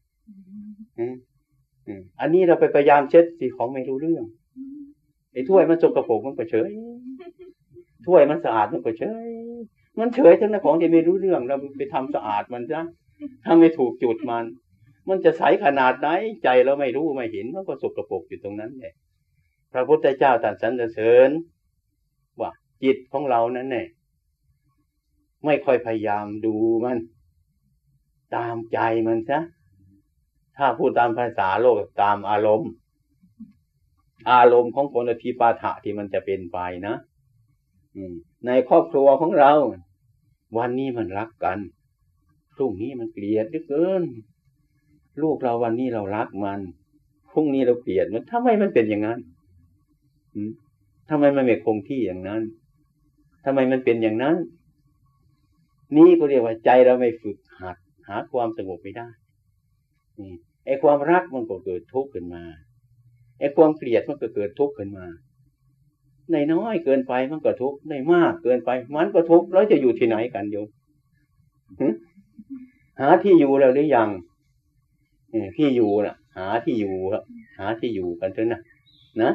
Speaker 1: อันนี้เราไปพยายามเช็ดสิ่งของไม่รู้เรื่องไอ้ถ้วยมันสกปรกมันก็เฉยถ้วยมันสะอาดมันก็เฉยมันเฉยทั้งนั้นของที่ไม่รู้เรื่องเราไปทำสะอาดมันซะถ้าไม่ถูกจุดมันจะใสขนาดไหนใจเราไม่รู้ไม่เห็นมันก็สกปรกอยู่ตรงนั้นแหละพระพุทธเจ้าตรัสสรรเสริญว่าจิตของเรานั้นเนี่ยไม่ค่อยพยายามดูมันตามใจมันซะถ้าพูดตามภาษาโลกตามอารมณ์ของคนอธิปาฐะที่มันจะเป็นไปนะในครอบครัวของเราวันนี้มันรักกันพรุ่งนี้มันเกลียดเหลือเกินลูกเราวันนี้เรารักมันพรุ่งนี้เราเกลียดมันทำไมมันเป็นอย่างนั้นทำไมมันไม่คงที่อย่างนั้นทำไมมันเป็นอย่างนั้นนี่ก็เรียกว่าใจเราไม่ฝึกหัดหาความสงบไม่ได้ไอ้ความรักมันก็เกิดทุกข์ขึ้นมาไอ้ความเกลียดมันก็เกิดทุกข์ขึ้นมาในน้อยเกินไปมันก็ทุกข์ในมากเกินไปมันก็ทุกข์แล้วจะอยู่ที่ไหนกันโยมหาที่อยู่แล้วหรือยังที่อยู่น่ะหาที่อยู่กันเถอะนะ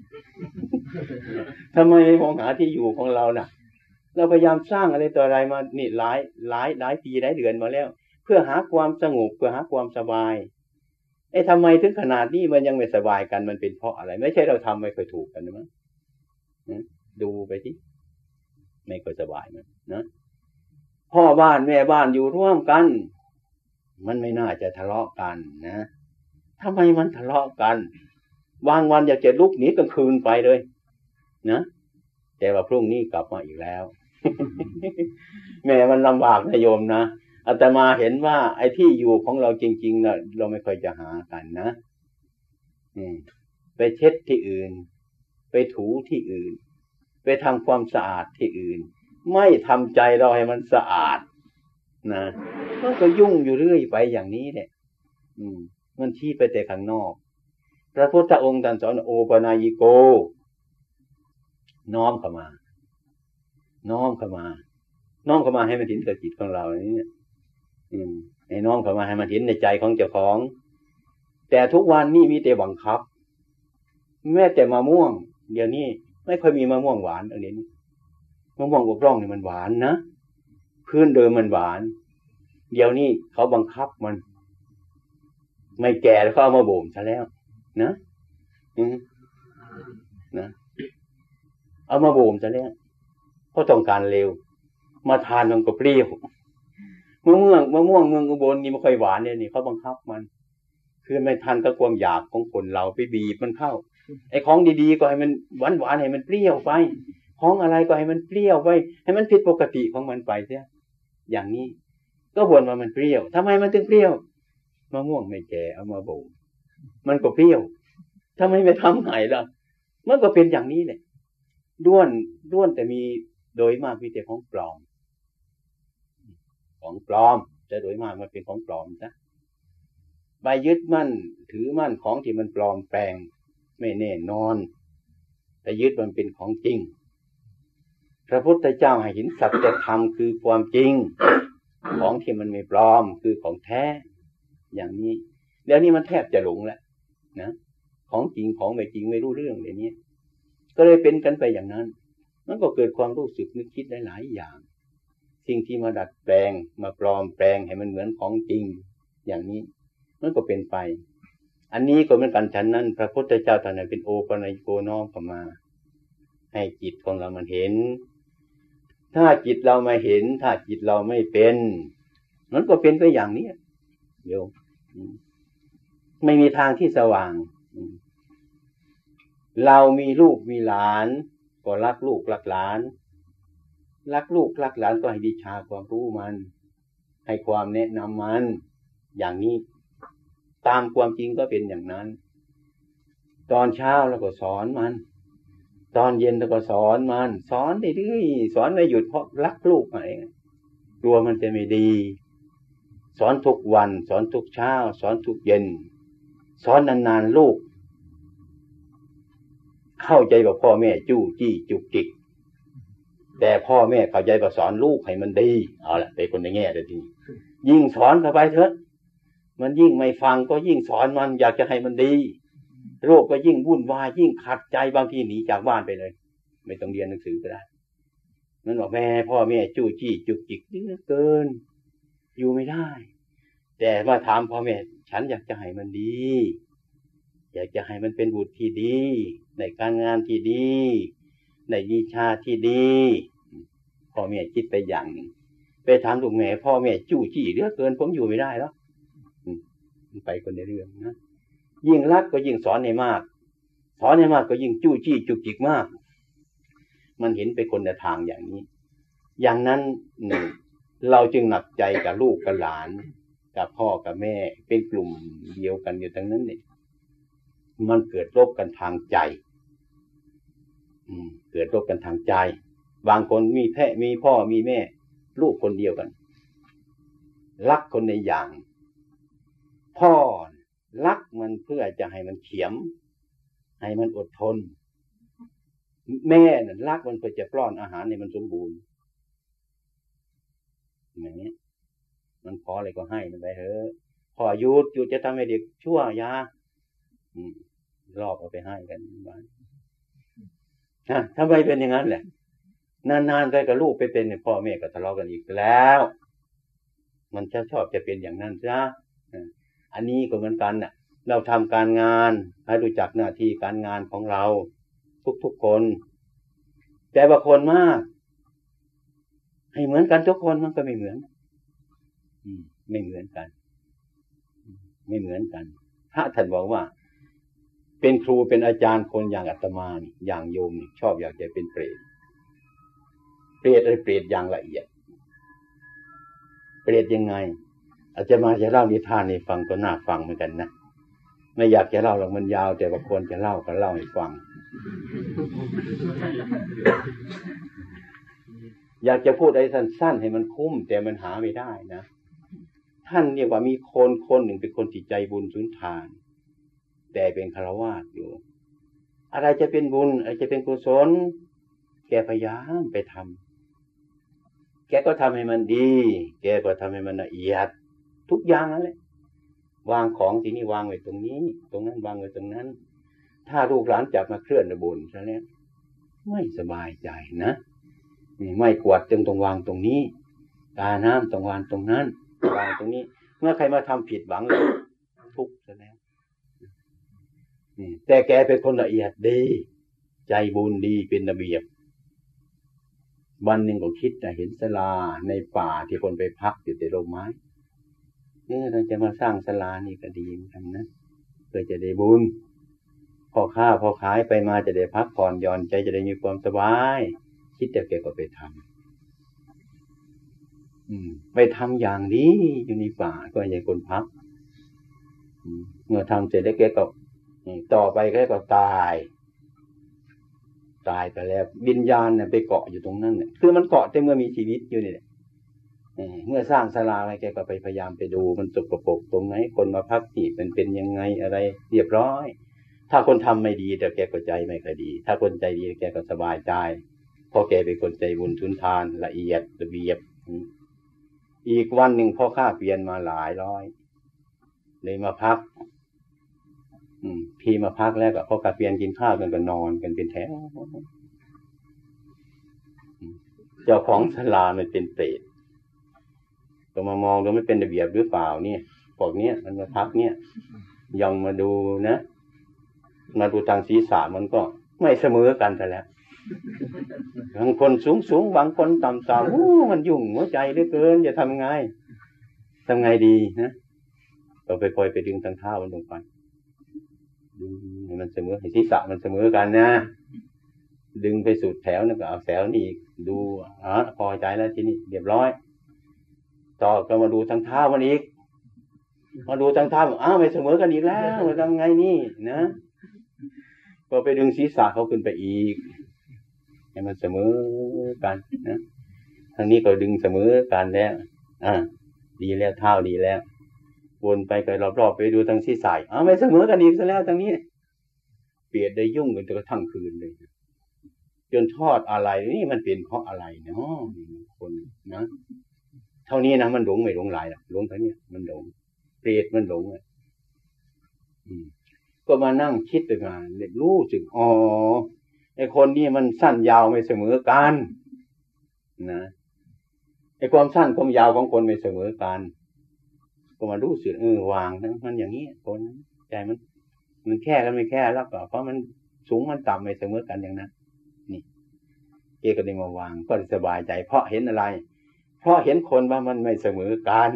Speaker 1: ทำไมไม่มองหาที่อยู่ของเราน่ะเราพยายามสร้างอะไรต่ออะไรมานี่หลายปีหลายเดือนมาแล้วเพื่อหาความสงบเพื่อหาความสบายทำไมถึงขนาดนี้มันยังไม่สบายกันมันเป็นเพราะอะไรไม่ใช่เราทำไม่ค่อยถูกกันมั้งดูไปที่ไม่ค่อยสบายมันนะพ่อบ้านแม่บ้านอยู่ร่วมกันมันไม่น่าจะทะเลาะกันนะทำไมมันทะเลาะกันบางวันอยากจะลุกหนีกลางคืนไปเลยนะแต่ว่าพรุ่งนี้กลับมาอีกแล้ว แม่มันลำบากนะโยมนะอาตมาเห็นว่าไอ้ที่อยู่ของเราจริงๆนะเราไม่ค่อยจะหากันนะไปเช็ดที่อื่นไปถูที่อื่นไปทำความสะอาดที่อื่นไม่ทำใจเราให้มันสะอาดนะก็ยุ่งอยู่เรื่อยไปอย่างนี้แหละมันชี้ไปแต่ข้างนอกพระพุทธองค์ตรัสสอนโอปนายโกน้อมเข้ามาให้มันเห็นกับจิตของเราเนี่ยให้น้อมเข้ามาให้มันเห็นในใจของเจ้าของแต่ทุกวันนี้มีแต่บังคับแม้แต่มะม่วงเดี๋ยวนี้ไม่ค่อยมีมะม่วงหวานอันนี้มะม่วงอกร่องนี่มันหวานนะพื้นเดิมมันหวานเดี๋ยวนี้เขาบังคับมันไม่แก่แล้วเขาเอามาบ่มซะแล้วนะเอามาบ่มซะแล้วเพราะต้องการเร็วมาทานมันก็เปรี้ยวมะม่วงเมืองอุบลนี่ไม่ค่อยหวานเนี่ยนี่เขาบังคับมันคือไม่ทันกับความอยากของคนเราไปบีบมันเข้าไอ้ของดีๆก็ให้มันหวานให้มันเปรี้ยวไปของอะไรก็ให้มันเปรี้ยวไปให้มันผิดปกติของมันไปเสียอย่างนี้ก็บ่นว่ามันเปรี้ยวทำไมมันถึงเปรี้ยวมะม่วงไม่แก่เอามาบ่มมันก็เปรี้ยวทำไมไม่ทำไหนล่ะมันก็เป็นอย่างนี้แหละด้วนแต่มีโดยมากมีแต่ของปลอมแต่โดยมากมันเป็นของปลอมนะไปยึดมั่นถือมั่นของที่มันปลอมแปลงไม่แน่นอนแต่ยึดมันเป็นของจริงพระพุทธเจ้าให้เห็นสัจธรรมคือความจริงของที่มันไม่ปลอมคือของแท้อย่างนี้แล้วนี่มันแทบจะหลงแล้วนะของจริงของไม่จริงไม่รู้เรื่องเลยนี้ก็เลยเป็นกันไปอย่างนั้นมันก็เกิดความรู้สึกนึกคิดหลายๆอย่างสิ่งที่มาดัดแปลงมาปลอมแปลงให้มันเหมือนของจริงอย่างนี้มันก็เป็นไปอันนี้ก็เหมือนกันฉันนั้นพระพุทธเจ้าท่านเป็นโอปัญโกน้อมเข้ามาให้จิตของเรามันเห็นถ้าจิตเราไม่เห็นถ้าจิตเราไม่เป็นมันก็เป็นไปอย่างนี้โยมไม่มีทางที่สว่างเรามีลูกมีหลานก็รักลูกรักหลานรักลูกรักหลานก็ให้วิชาความรู้มันให้ความแนะนำมันอย่างนี้ตามความจริงก็เป็นอย่างนั้นตอนเช้าเราก็สอนมันตอนเย็นเราก็สอนมันสอนเรื่อยๆสอนไม่หยุดเพราะรักลูกเองกลัวมันจะไม่ดีสอนทุกวันสอนทุกเช้าสอนทุกเย็นสอนนานๆลูกเข้าใจว่าพ่อแม่จู้จี้จุกจิกแต่พ่อแม่เข้าใจว่าสอนลูกให้มันดีเอาละเป็นคนในแง่เดี๋ยวนี้ยิ่งสอนเข้าไปเถอะมันยิ่งไม่ฟังก็ยิ่งสอนมันอยากจะให้มันดีโรคก็ยิ่งวุ่นวายยิ่งขัดใจบางทีหนีจากบ้านไปเลยไม่ต้องเรียนหนังสือก็ได้มันบอกพ่อแม่จู้จี้จุกจิกนี่เกินอยู่ไม่ได้แต่ว่าถามพ่อแม่ฉันอยากจะให้มันดีอยากจะให้มันเป็นบุตรที่ดีในการงานที่ดีในวิชาที่ดีพ่อแม่คิดไปอย่างนึงไปถามลูกแม่พ่อแม่จู้จี้เหลือเกินผมอยู่ไม่ได้แล้วมันไปคนในเรื่องนะยิ่งรักก็ยิ่งสอนให้มากสอนให้มากก็ยิ่งจู้จี้จุกจิกมากมันเห็นไปคนในทางอย่างนี้อย่างนั้นเราจึงหนักใจกับลูกกับหลานกับพ่อกับแม่เป็นกลุ่มเดียวกันอยู่ทั้งนั้นเนี่ยมันเกิดรบกันทางใจเกิดรบกันทางใจบางคนมีพ่อมีแม่ลูกคนเดียวกันรักคนในอย่างพ่อรักมันเพื่อจะให้มันเขียมให้มันอดทนแม่น่ะรักมันเพื่อจะป้อนอาหารให้มันสมบูรณ์อย่างนี้มันพออะไรก็ให้มันไปเถอะพอหยุดจะทำให้เด็กชั่วยาลอกเอาไปให้กันบ้านทำไมเป็นอย่างนั้นแหละนานๆไปกับลูกไปเป็นพ่อแม่ก็ทะเลาะกันอีกแล้วมันชอบจะเป็นอย่างนั้นซะอันนี้ก็เหมือนกันน่ะเราทำการงานให้รู้จักหน้าที่การงานของเราทุกๆคนแต่บางคนมากให้เหมือนกันทุกคนมันก็ไม่เหมือนไม่เหมือนกันไม่เหมือนกันพระท่านบอกว่าเป็นครูเป็นอาจารย์คนอย่างอาตมานี่อย่างโยมนี่ชอบอยากจะเป็นเปรตอย่างละเอียดเปรตยังไงอาจจะมาจะเล่านิทานให้ฟังก็น่าฟังเหมือนกันนะไม่อยากจะเล่าหรอกมันยาวแต่ว่าควรจะเล่าก็เล่าให้ฟัง อยากจะพูดอะไรสั้นๆให้มันคุ้มแต่มันหาไม่ได้นะท่านเรียกว่ามีคนหนึ่งเป็นคนจิตใจบุญสุนทานแต่เป็นฆราวาสอยู่อะไรจะเป็นบุญอะไรจะเป็นกุศลแกพยายามไปทำแกก็ทำให้มันดีแกก็ทำให้มันละเอียดทุกอย่างนั่นแหละวางของที่นี่วางไว้ตรงนี้ตรงนั้นวางไว้ตรงนั้นถ้าลูกหลานจับมาเคลื่อนบุญซะแล้วไม่สบายใจนะไม่กวาดจึงต้องวางตรงนี้ตาน้ำต้องวางตรงนั้นวางตรงนี้เมื่อใครมาทำผิดหวังเลยทุกข์ซะแล้วแต่แกเป็นคนละเอียดดีใจบุญดีเป็นระเบียบวันหนึ่งก็คิดจะเห็นศาลาในป่าที่คนไปพักอยู่แต่ร่มไม้เราจะมาสร้างศาลานี่ก็ดีเหมือนกันนะเพื่อจะได้บุญพอขายไปมาจะได้พักผ่อนหย่อนใจจะได้มีความสบายคิดแต่แกก็ไปทำไปทำอย่างนี้อยู่ในป่าก็ให้คนพักเมื่อทำเสร็จแล้วแกก็ต่อไปแกก็ตายตายไปแล้ววิญญาณเนี่ยไปเกาะอยู่ตรงนั้นเนี่ยคือมันเกาะแต่เมื่อมีชีวิตอยู่นี่แหละเมื่อสร้างศาลาอะไรแกก็ไปพยายามไปดูมันสกปรกตรงไหนคนมาพักที่มันเป็นยังไงอะไรเรียบร้อยถ้าคนทำไม่ดีแต่แกก็ใจไม่ค่อยดีถ้าคนใจดีแกก็สบายใจเพราะแกเป็นคนใจบุญทุนทานละเอียดระเบียบอีกวันหนึ่งพ่อข้าเปลี่ยนมาหลายร้อยเลยมาพักพี่มาพักแล้วก็พ่อข้าเปลี่ยนกินข้าวกันก็นอนกันเป็นแถวเจ้าของศาลามันเป็นเปรตก็มามองดูไม่เป็นระเบียบหรือเปล่าเนี่ยพวกเนี้ยมันมาพักเนี่ยยังมาดูนะมาดูทางศีรษะมันก็ไม่เสมอกันแต่แล้วบางคนสูงบางคนต่ำมันยุ่งหัวใจเหลือเกินจะทำไงดีนะก็ไปคอยไปดึงทางเท้ามันลงไปดึงให้มันเสมอให้ศีรษะมันเสมอกันนะดึงไปสุดแถวนั่นก็เอาแถวนี้อีกดูพอใจแล้วทีนี้เรียบร้อยต่อก็มาดูทางเท้ามันอีกมาดูทางเท้าไม่เสมอกันอีกแล้วทำไงนี่นะก็ไปดึงศีรษะเขาขึ้นไปอีกให้มันเสมอกันนะทางนี้ก็ดึงเสมอกันแล้วดีแล้วเท้าดีแล้ววนไปก็รอบๆไปดูทางศีรษะไม่เสมอกันอีกซะแล้วทางนี้เปลี่ยนได้ยุ่งกันจนกระทั่งคืนเลยจนทอดอะไรนี่มันเป็นเพราะอะไรเนาะคนนะเท่านี้นะมันหลงไม่หลงหลายหลงเท่านี้มันหลงเปรตมันหลงก็มานั่งคิดไปมารู้สึกไอ้คนนี้มันสั้นยาวไม่เสมอกันนะไอ้ความสั้นความยาวของคนไม่เสมอกันก็มารู้สึกวางทั้งมันอย่างนี้คนใจมันแค่กันไม่แค่แล้วก็เพราะมันสูงมันต่ำไม่เสมอกันอย่างนั้นนี่ก็ได้มาวางก็สบายใจเพราะเห็นอะไรเพราะเห็นคนว่ามันไม่เสมอกัน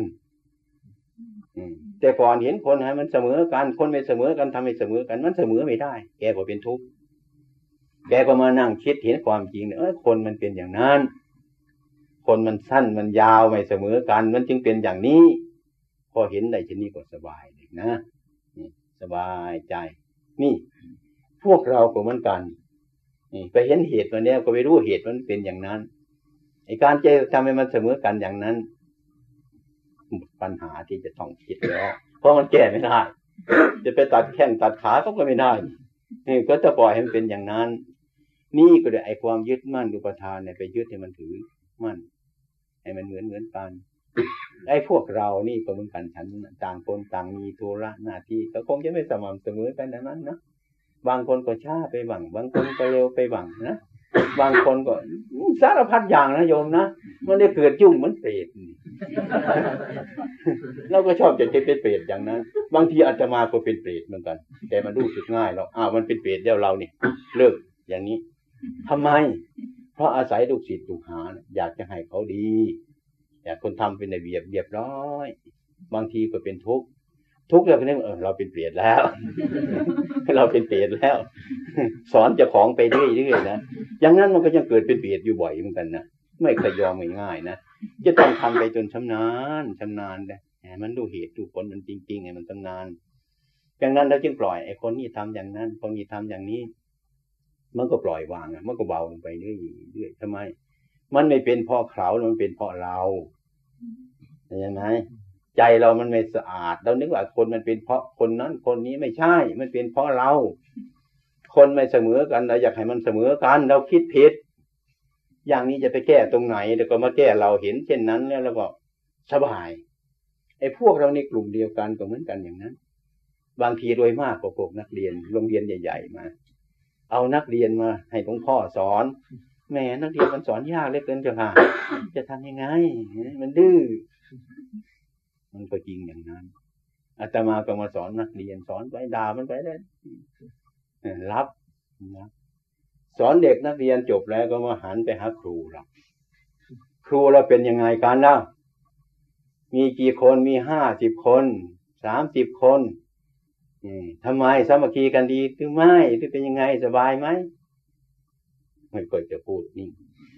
Speaker 1: แต่ก่อนเห็นคนให้มันเสมอกันคนไม่เสมอกันทำให้เสมอกันมันเสมอไม่ได้แกก็เป็นทุกข์แกก็มานั่งคิดเห็นความจริงคนมันเป็นอย่างนั้นคนมันสั้นมันยาวไม่เสมอกันมันจึงเป็นอย่างนี้พอเห็นได้ทีนี้ก็สบายเลยนะสบายใจนี่พวกเราก็เหมือนกันไปเห็นเหตุมันแล้วก็ไปรู้เหตุมันเป็นอย่างนั้นไอ้การจะทำให้มันเสมอกันอย่างนั้นปัญหาที่จะต้องคิดแล้วเพราะมันแก้ไม่ได้จะไปตัดแข้งตัดขาก็ไม่ได้ก็จะปล่อยให้มันเป็นอย่างนั้นนี่ก็เลยไอ้ความยึดมั่นอุปทานเนี่ยไปยึดให้มันถือมั่นให้มันเหมือนกันไอ้พวกเรานี่ก็เหมือนกันฉันต่างคนต่างมีธุระหน้าที่ก็คงจะไม่สม่ำเสมอกันนั้นนะบางคนก็ช้าไปบ้างบางคนก็เร็วไปบ้างนะบางคนก็สารพัดอย่างนะโยมนะมันได้เกิดยุ่งเหมือนเปรตเราก็ชอบจะเป็นเปรตอย่างนั้นบางทีอาตมาก็เป็นเปรตเหมือนกันแต่มันรู้สึกง่ายเรามันเป็นเปรตแล้วเราเนี่ยเลิกอย่างนี้ทำไมเพราะอาศัยลูกศิษย์ลูกหาอยากจะให้เขาดีอยากคนทำเป็นระเบียบเรียบร้อยบางทีก็เป็นทุกข์แล้วก็นึกเราเป็นเปรตแล้วเราเป็นเปรตแล้วสอนเจ้าของไปเรื่อยๆนะอย่างนั้นมันก็ยังเกิดเป็นเปรตอยู่บ่อยเหมือนกันนะไม่เคยยอมง่ายๆนะจะต้องทำไปจนชำนาญเลยมันดูเหตุดูผลมันจริงๆไงมันชำนาญอย่างนั้นเราจึงปล่อยไอ้คนนี้ทำอย่างนั้นคนนี้ทำอย่างนี้มันก็ปล่อยวางมันก็เบาลงไปเรื่อยๆทำไมมันไม่เป็นเพราะเขามันเป็นเพราะเราเห็นไหมใจเรามันไม่สะอาดเรานึกว่าคนมันเป็นเพราะคนนั้นคนนี้ไม่ใช่มันเป็นเพราะเราคนไม่เสมอกันเราอยากให้มันเสมอกันเราคิดผิดอย่างนี้จะไปแก้ตรงไหนแล้วก็มาแก้เราเห็นเช่นนั้นแล้วเราก็สบายไอ้พวกเราในกลุ่มเดียวกันก็เหมือนกันอย่างนั้นบางทีโดยมากก็พวกนักเรียนโรงเรียนใหญ่ๆมาเอานักเรียนมาให้หลวงพ่อสอนแม่นักเรียนมันสอนยากเหลือเกินเจ้าค่ะจะทำยังไงมันดื้อมันก็จริงอย่างนั้นอาตมาก็มาสอนนักเรียนสอนไปด่ามันไปเลยรับนะสอนเด็กนักเรียนจบแล้วก็มาหันไปหาครูเราเป็นยังไงกันล่ะมีกี่คนมี50 คน30 คนทำไมสามัคคีกันดีหรือไม่หรือเป็นยังไงสบายไหมไม่ค่อยจะพูดนี่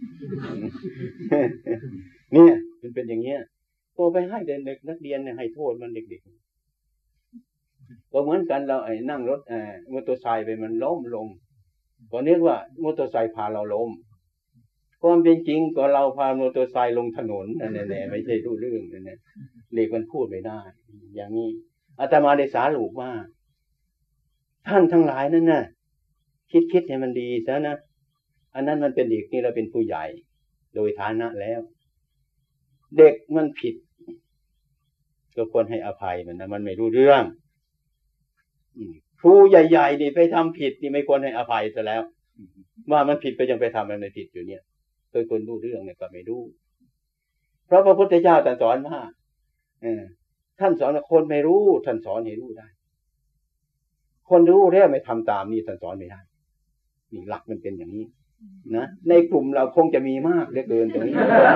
Speaker 1: เนี่ยมันเป็นอย่างเงี้ยก็ไปให้เด็กนักเรียนเนี่ยให้โทษมันเด็กๆก็เหมือนกันเรานั่งรถมอเตอร์ไซค์ไปมันล้มลงก็นึกว่ามอเตอร์ไซค์พาเราล้มความเป็นจริงก็เราพามอเตอร์ไซค์ลงถนนนั่นแหละไม่ใช่รู้เรื่องนั่นแหละเด็กมันพูดไม่ได้อย่างนี้อาตมาได้สารุปว่าท่านทั้งหลายนั่นน่ะคิดให้มันดีซะนะอันนั้นมันเป็นเด็กนี่เราเป็นผู้ใหญ่โดยฐานะแล้วเด็กมันผิดก็ควรให้อภัยมันนะมันไม่รู้เรื่องครูใหญ่ๆนี่ไปทำผิดนี่ไม่ควรให้อภัยซะแล้วว่ามันผิดก็ยังไปทำมันผิดอยู่เนี่ยโดยคนรู้เรื่องเนี่ยก็ไม่รู้เพราะพระพุทธเจ้าตรัสสอนว่าท่านสอนคนไม่รู้ท่านสอนให้รู้ได้คนรู้แล้วไม่ทำตามนี่ท่านสอนไม่ได้นี่หลักมันเป็นอย่างนี้นะในกลุ่มเราคงจะมีมากเหลือเกินตรงนี้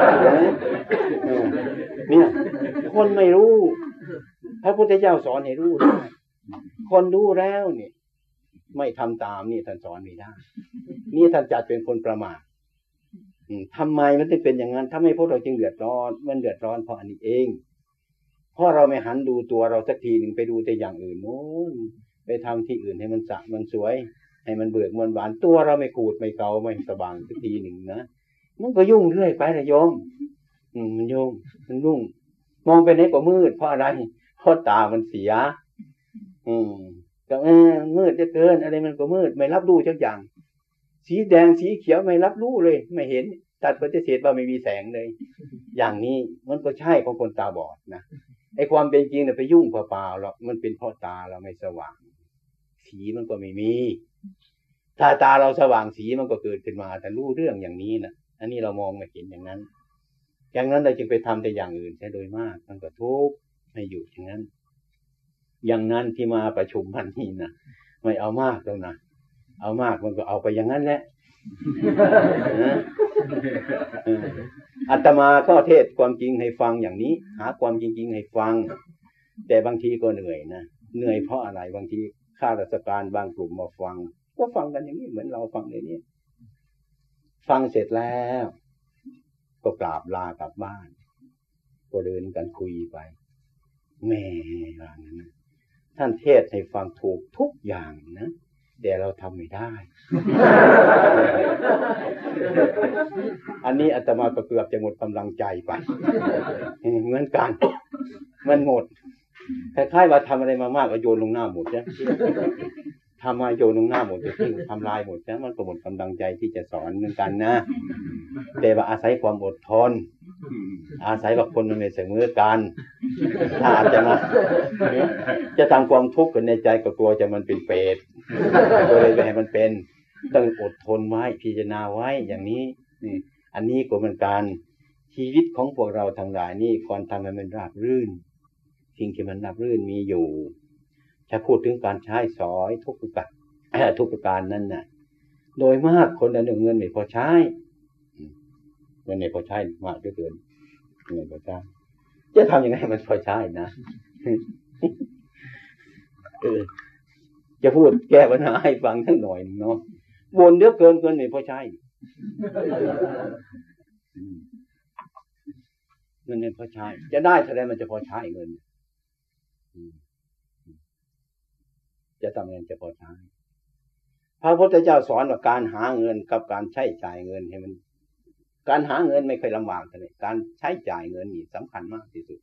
Speaker 1: เนี่ยคนไม่รู้พระพุทธเจ้าสอนให้รู้ได้คนรู้แล้วนี่ไม่ทำตามนี่ท่านสอนไม่ได้นี่ท่านจัดเป็นคนประมาททำไมมันถึงเป็นอย่างนั้นทำไมพวกเราจึงเดือดร้อนมันเดือดร้อนเพราะอันนี้เองเพราะเราไม่หันดูตัวเราสักทีหนึ่งไปดูแต่อย่างอื่นโน้นไปทำที่อื่นให้มันสะมันสวยให้มันเบิกมันหวานตัวเราไม่ขูดไม่เกาไม่สว่างสักทีหนึ่งนะมันก็ยุ่งเรื่อยไปนะโยมมันยุ่งมันยุ่งมองไปไหนก็มืดเพราะอะไรเพราะตามันเสียก็มืดจะเกินอะไรมันก็มืดไม่รับรู้สักอย่างสีแดงสีเขียวไม่รับรู้เลยไม่เห็นตัดปฏิเสธว่าไม่มีแสงเลยอย่างนี้มันก็ใช่ของคนตาบอดนะไอ้ความเป็นจริงเนี่ยไปยุ่งเปล่าๆหรอกมันเป็นเพราะตาเราไม่สว่างสีมันก็ไม่มีถ้าตาเราสว่างสีมันก็เกิดขึ้นมาแต่รู้เรื่องอย่างนี้นะอันนี้เรามองไม่เห็นอย่างนั้นเราจึงไปทำแต่อย่างอื่นใช่โดยมากมันก็ทุกข์ไม่อยู่อย่างนั้นที่มาประชุมพันนี้นะไม่เอามากแล้วนะเอามากมันก็เอาไปอย่างนั้นแหละอาตมาก็เทศความจริงให้ฟังอย่างนี้หาความจริงให้ฟังแต่บางทีก็เหนื่อยนะเหนื่อยเพราะอะไรบางทีข้าราชการบางกลุ่มมาฟังก็ฟังกันอย่างนี้เหมือนเราฟังในนี้ฟังเสร็จแล้วก็กราบลากลับบ้านก็เดินกันคุยไปแม่ว่างั้นนะท่านเทศให้ฟังถูกทุกอย่างนะแต่เราทำไม่ได้ อันนี้อาตมาก็เกือบจะหมดกำลังใจไปเหมือนกันมันหมดคล้ายๆว่าทำอะไรมามากก็โยนลงหน้าหมดใช่ทำมาโยนลงหน้าหมดจะทิ้งทำลายหมดแล้วมันก็หมดกำลังใจที่จะสอนเหมือนกันนะแต่ว่าอาศัยความอดทนอาศัยว่าคนมันไม่เสมอกันถ้าอาจจะทำความทุกข์กันในใจก็กลัวจะมันเป็นเปรตก็เลยไปให้มันเป็นต้องอดทนไว้พิจารณาไว้อย่างนี้อันนี้ก็เป็นการชีวิตของพวกเราทั้งหลายนี่ควรทำให้มันราบรื่นสิ่งที่มันราบรื่นมีอยู่ถ้าพูดถึงการใช้สอยทุกประการนั้นน่ะโดยมากคนละเงินไม่พอใช้เงินไม่พอใช้มากเหลือเกินเงินไม่พอใช้จะทำยังไงมันพอใช้นะจะพูดแก้ปัญหาให้ฟังทั้งหน่อยเนาะบ่นเยอะเกินไม่พอใช้เงินไม่พอใช้จะได้เท่าไรมันจะพอใช้เงินจะทำเงินจะพอใช้พระพุทธเจ้าสอนว่าการหาเงินกับการใช้จ่ายเงินให้มันการหาเงินไม่เคยลำบากเลยการใช้จ่ายเงินนี่สำคัญมากที่สุด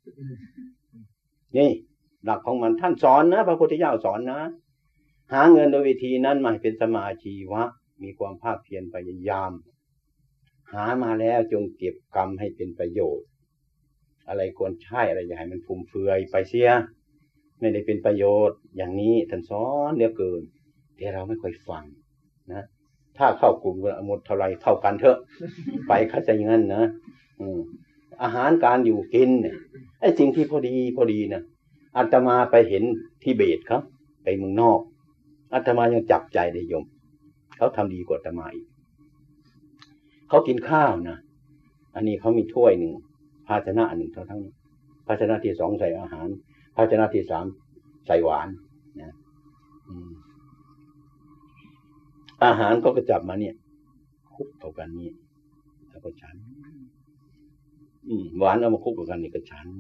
Speaker 1: นี่หลักของมันท่านสอนนะพระพุทธเจ้าสอนนะหาเงินโดยวิธีนั้นมาให้เป็นสมาชีวะมีความภาคเพียรพยายามหามาแล้วจงเก็บกรรมให้เป็นประโยชน์อะไรควรใช้อะไรอย่าให้มันฟุ่มเฟือยไปเสียไม่ได้เป็นประโยชน์อย่างนี้ท่านสอนเหลือเกินแต่เราไม่ค่อยฟังนะถ้าเข้ากลุ่มหมดเท่าไรเท่ากันเถอะไปเข้าใจงั้นนะอาหารการอยู่กินเนี่ยไอ้สิ่งที่พอดีนะอาตมาไปเห็นทิเบตครับไปเมืองนอกอาตมายังจับใจได้โยมเขาทำดีกว่าอาตมาอีกเขากินข้าวนะอันนี้เขามีถ้วยหนึ่งภาชนะหนึ่งเท่าทั้งภาชนะที่สองใส่อาหารภาชนะที่สามใส่หวานนะอาหารก็จับมาเนี่ยคุกเท่ากันนี่แล้วก็ฉันหวานเอามาคุกกันนี่ก็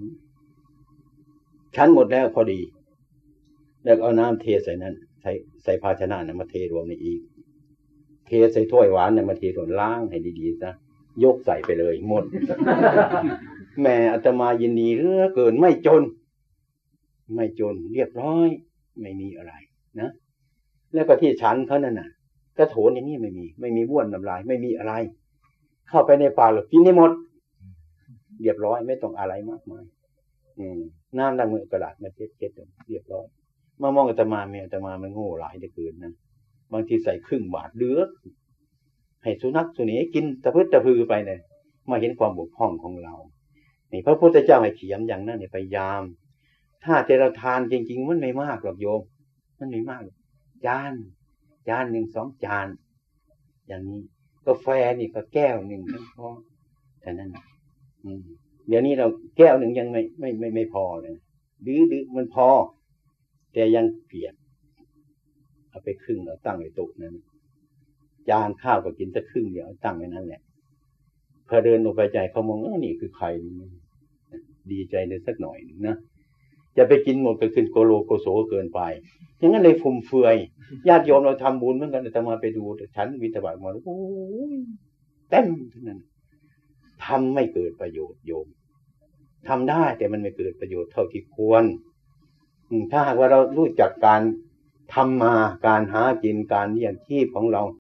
Speaker 1: ฉันหมดแล้วพอดีแล้วเอาน้ำเทใส่นั้นใส่ภาชนะนั้นมาเทรวมในอีกเทใส่ถ้วยหวานเนี่ยมาเทส่วนล้างให้ดีๆซะยกใส่ไปเลยหมด แม่อาตมายินดีเหลือเกินไม่จนเรียบร้อยไม่มีอะไรนะแล้วก็ที่ฉันเขานั่นน่ะกระโถนอย่างนี้ไม่มีบ้วนน้ำลายไม่มีอะไรเข้าไปในปากแล้วกินให้หมดเรียบร้อยไม่ต้องอะไรมากมายน้ำล้างมือกระดาษมาเช็ดเรียบร้อยมามองอาตมามันโง่หลายเหลือเกินนะบางทีใส่ครึ่งบาทเหลือให้สุนัขสุนัขกินตะพื้นตะพือไปเนี่ยมาเห็นความบกพร่องของเรานี่พระพุทธเจ้าให้เขียนอย่างนั้นเนี่ยพยายามถ้าเราทานจริงๆมันไม่มากหรอกโยมมันไม่มากจานหนึ่ง2 จานอย่างนี้กาแฟนี่ก็แก้วหนึ่งก็พอแต่นั้นเดี๋ยวนี้เราแก้วหนึ่งยังไม่พอเลยดื้อมันพอแต่ยังเปียกเอาไปครึ่งเราตั้งไว้โต๊ะนั้นจานข้าวก็กินสักครึ่งเดียวตั้งไว้นั่นแหละพอเดินออกไปใจเขามองนี่คือใครดีใจเลยสักหน่อยนึงนะจะไปกินหมดก็ขึ้นโกโลโกโสเกินไปอย่างนั้นเลยฟุ่มเฟือยญาติโยมเราทำบุญเหมือนกันแต่มาไปดูฉันวิทบาทมาโอ้ยเต็มทั้งนั้นทำไม่เกิดประโยชน์โยมทำได้แต่มันไม่เกิดประโยชน์เท่าที่ควรถ้าหากว่าเรารู้จักการทำมาการหากินการเลี้ยงชีพของเรา